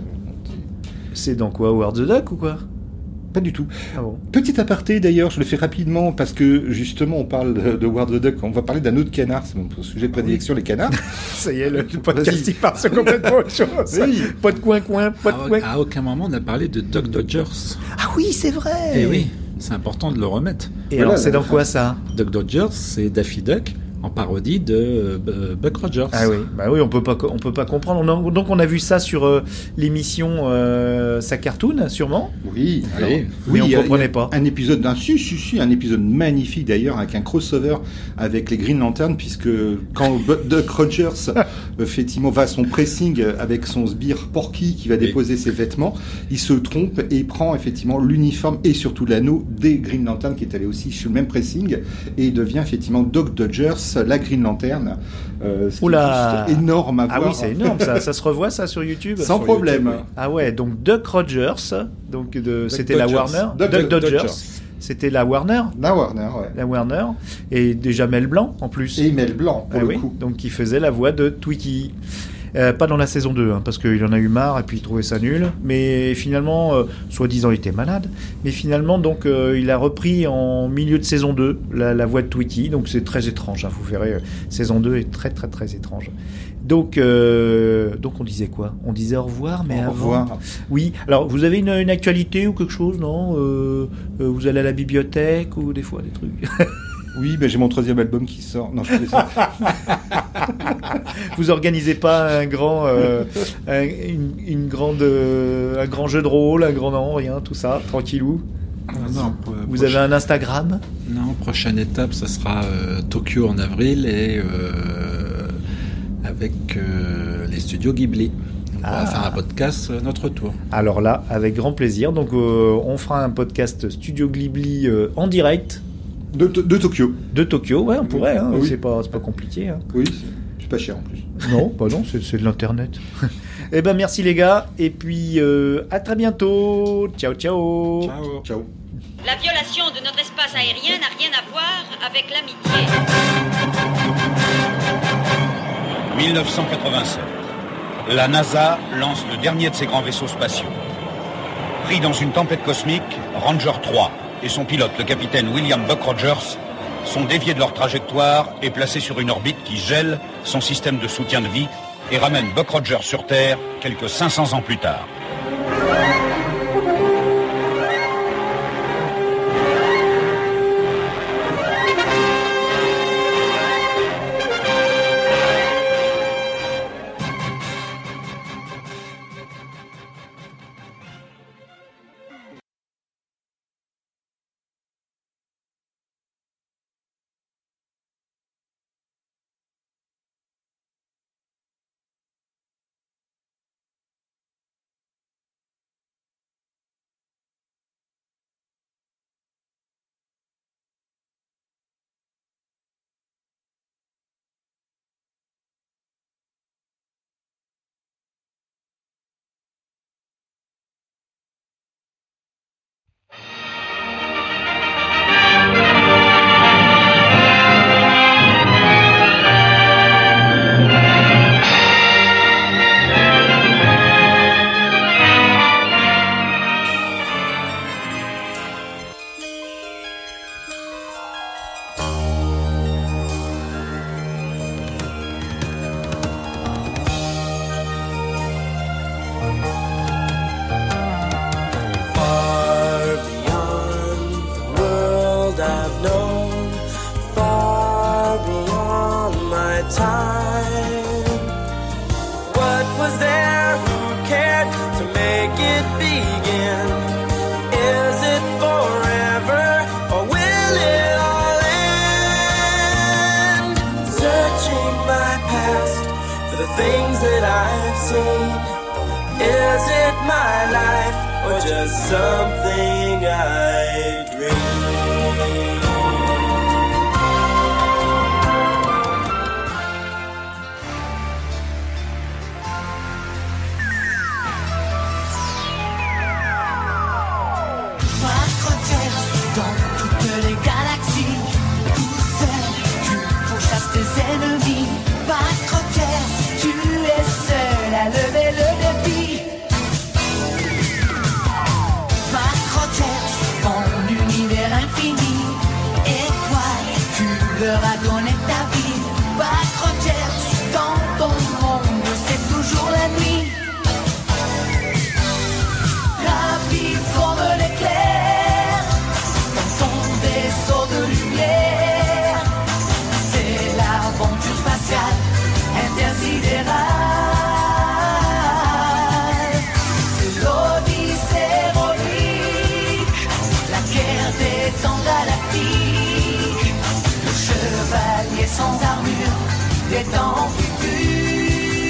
C'est dans quoi, Howard the Duck ou quoi? Pas du tout. Ah bon. Petit aparté d'ailleurs, je le fais rapidement parce que justement on parle de Howard the Duck, on va parler d'un autre canard, c'est mon sujet de prédilection, les canards. Ça y est, le podcast il part sur complètement autre chose. Oui. Pas de coin. À aucun moment on a parlé de Duck Dodgers. Ah oui, c'est vrai. Et oui, c'est important de le remettre. Et alors c'est dans quoi ça? Duck Dodgers, c'est Daffy Duck en parodie de Buck Rogers. Ah oui, on peut pas comprendre. Donc on a vu ça sur l'émission Sa Cartoon, sûrement. Oui, alors, mais on comprenait pas. Un épisode un épisode magnifique d'ailleurs avec un crossover avec les Green Lantern, puisque quand Buck Rogers effectivement va à son pressing avec son sbire Porky qui va déposer ses vêtements, il se trompe et il prend effectivement l'uniforme et surtout l'anneau des Green Lantern qui est allé aussi sur le même pressing et il devient effectivement Doc Dodgers, la Green Lantern. Oula, énorme à voir. Ah oui, c'est énorme, ça se revoit ça sur YouTube. Sans problème. YouTube, oui. Ah ouais, donc Duck Rogers, donc c'était la Warner. Duck Dodgers. C'était la Warner. La Warner, ouais. La Warner. Et déjà Mel Blanc en plus. Et Mel Blanc pour le coup. Donc qui faisait la voix de Twiki. Pas dans la saison 2, parce qu'il en a eu marre et puis il trouvait ça nul. Mais finalement, soi-disant, il était malade. Mais finalement, donc, il a repris en milieu de saison 2 la voix de Twiki. Donc, c'est très étrange. Vous verrez, saison 2 est très, très, très étrange. Donc on disait quoi? On disait au revoir, mais au revoir. Oui. Alors, vous avez une actualité ou quelque chose, non? Vous allez à la bibliothèque ou des fois des trucs? Oui, j'ai mon 3e album qui sort. Non, je fais ça. Vous organisez pas un grand, un grand jeu de rôle, un grand non, rien, tout ça, tranquillou. Vous avez un Instagram? Non, prochaine étape, ça sera Tokyo en avril et avec les studios Ghibli. On va faire un podcast à notre tour. Alors là, avec grand plaisir. Donc, on fera un podcast Studio Ghibli en direct. De Tokyo. De Tokyo, ouais, on pourrait. Hein, oui. C'est pas compliqué. Hein. Oui, c'est pas cher en plus. Non, c'est de l'internet. Eh ben, merci les gars. Et puis, à très bientôt. Ciao, ciao. Ciao. Ciao. La violation de notre espace aérien n'a rien à voir avec l'amitié. 1987. La NASA lance le dernier de ses grands vaisseaux spatiaux. Pris dans une tempête cosmique, Ranger 3 et son pilote, le capitaine William Buck Rogers, sont déviés de leur trajectoire et placés sur une orbite qui gèle son système de soutien de vie et ramène Buck Rogers sur Terre quelques 500 ans plus tard. things that I've seen. Is it my life or just something I dream? Dans toutes les galaxies, tout seul, tu pourchasses tes ennemis. Buck Rogers, tu es seul à lever le défi. Buck Rogers, ton univers infini. Étoile, tu leur as donné ta vie. Buck Rogers, dans ton monde, c'est toujours la nuit. La vie forme l'éclair. Vaisseau de lumière, c'est l'aventure spatiale intersidérale. C'est l'odyssée héroïque, la guerre des temps galactiques, le chevalier sans armure des temps futurs.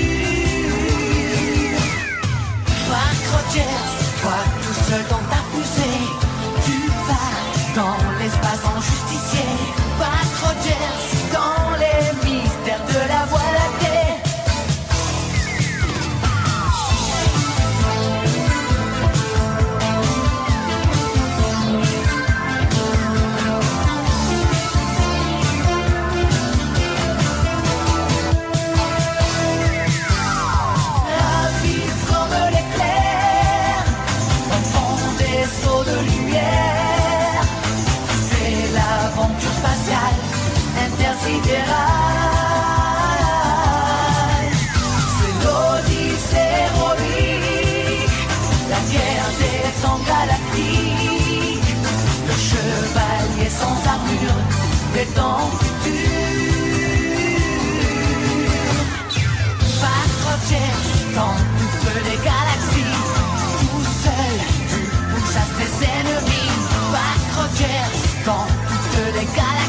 Buck Rogers, toi tout seul dans ta poussée, tu vas dans l'espace en justicier. Buck Rogers, dans les mystères de la Voie lactée. La vie forme l'éclair, dans ton vaisseau de lumière. C'est l'aventure spatiale intersidérale. C'est l'odyssée héroïque, la guerre des temps galactiques, le chevalier sans armure des temps futurs. Buck Rogers, dans toutes les galaxies, tout seul, tu pourchasses tes ennemis. Buck Rogers, dans toutes les galaxies.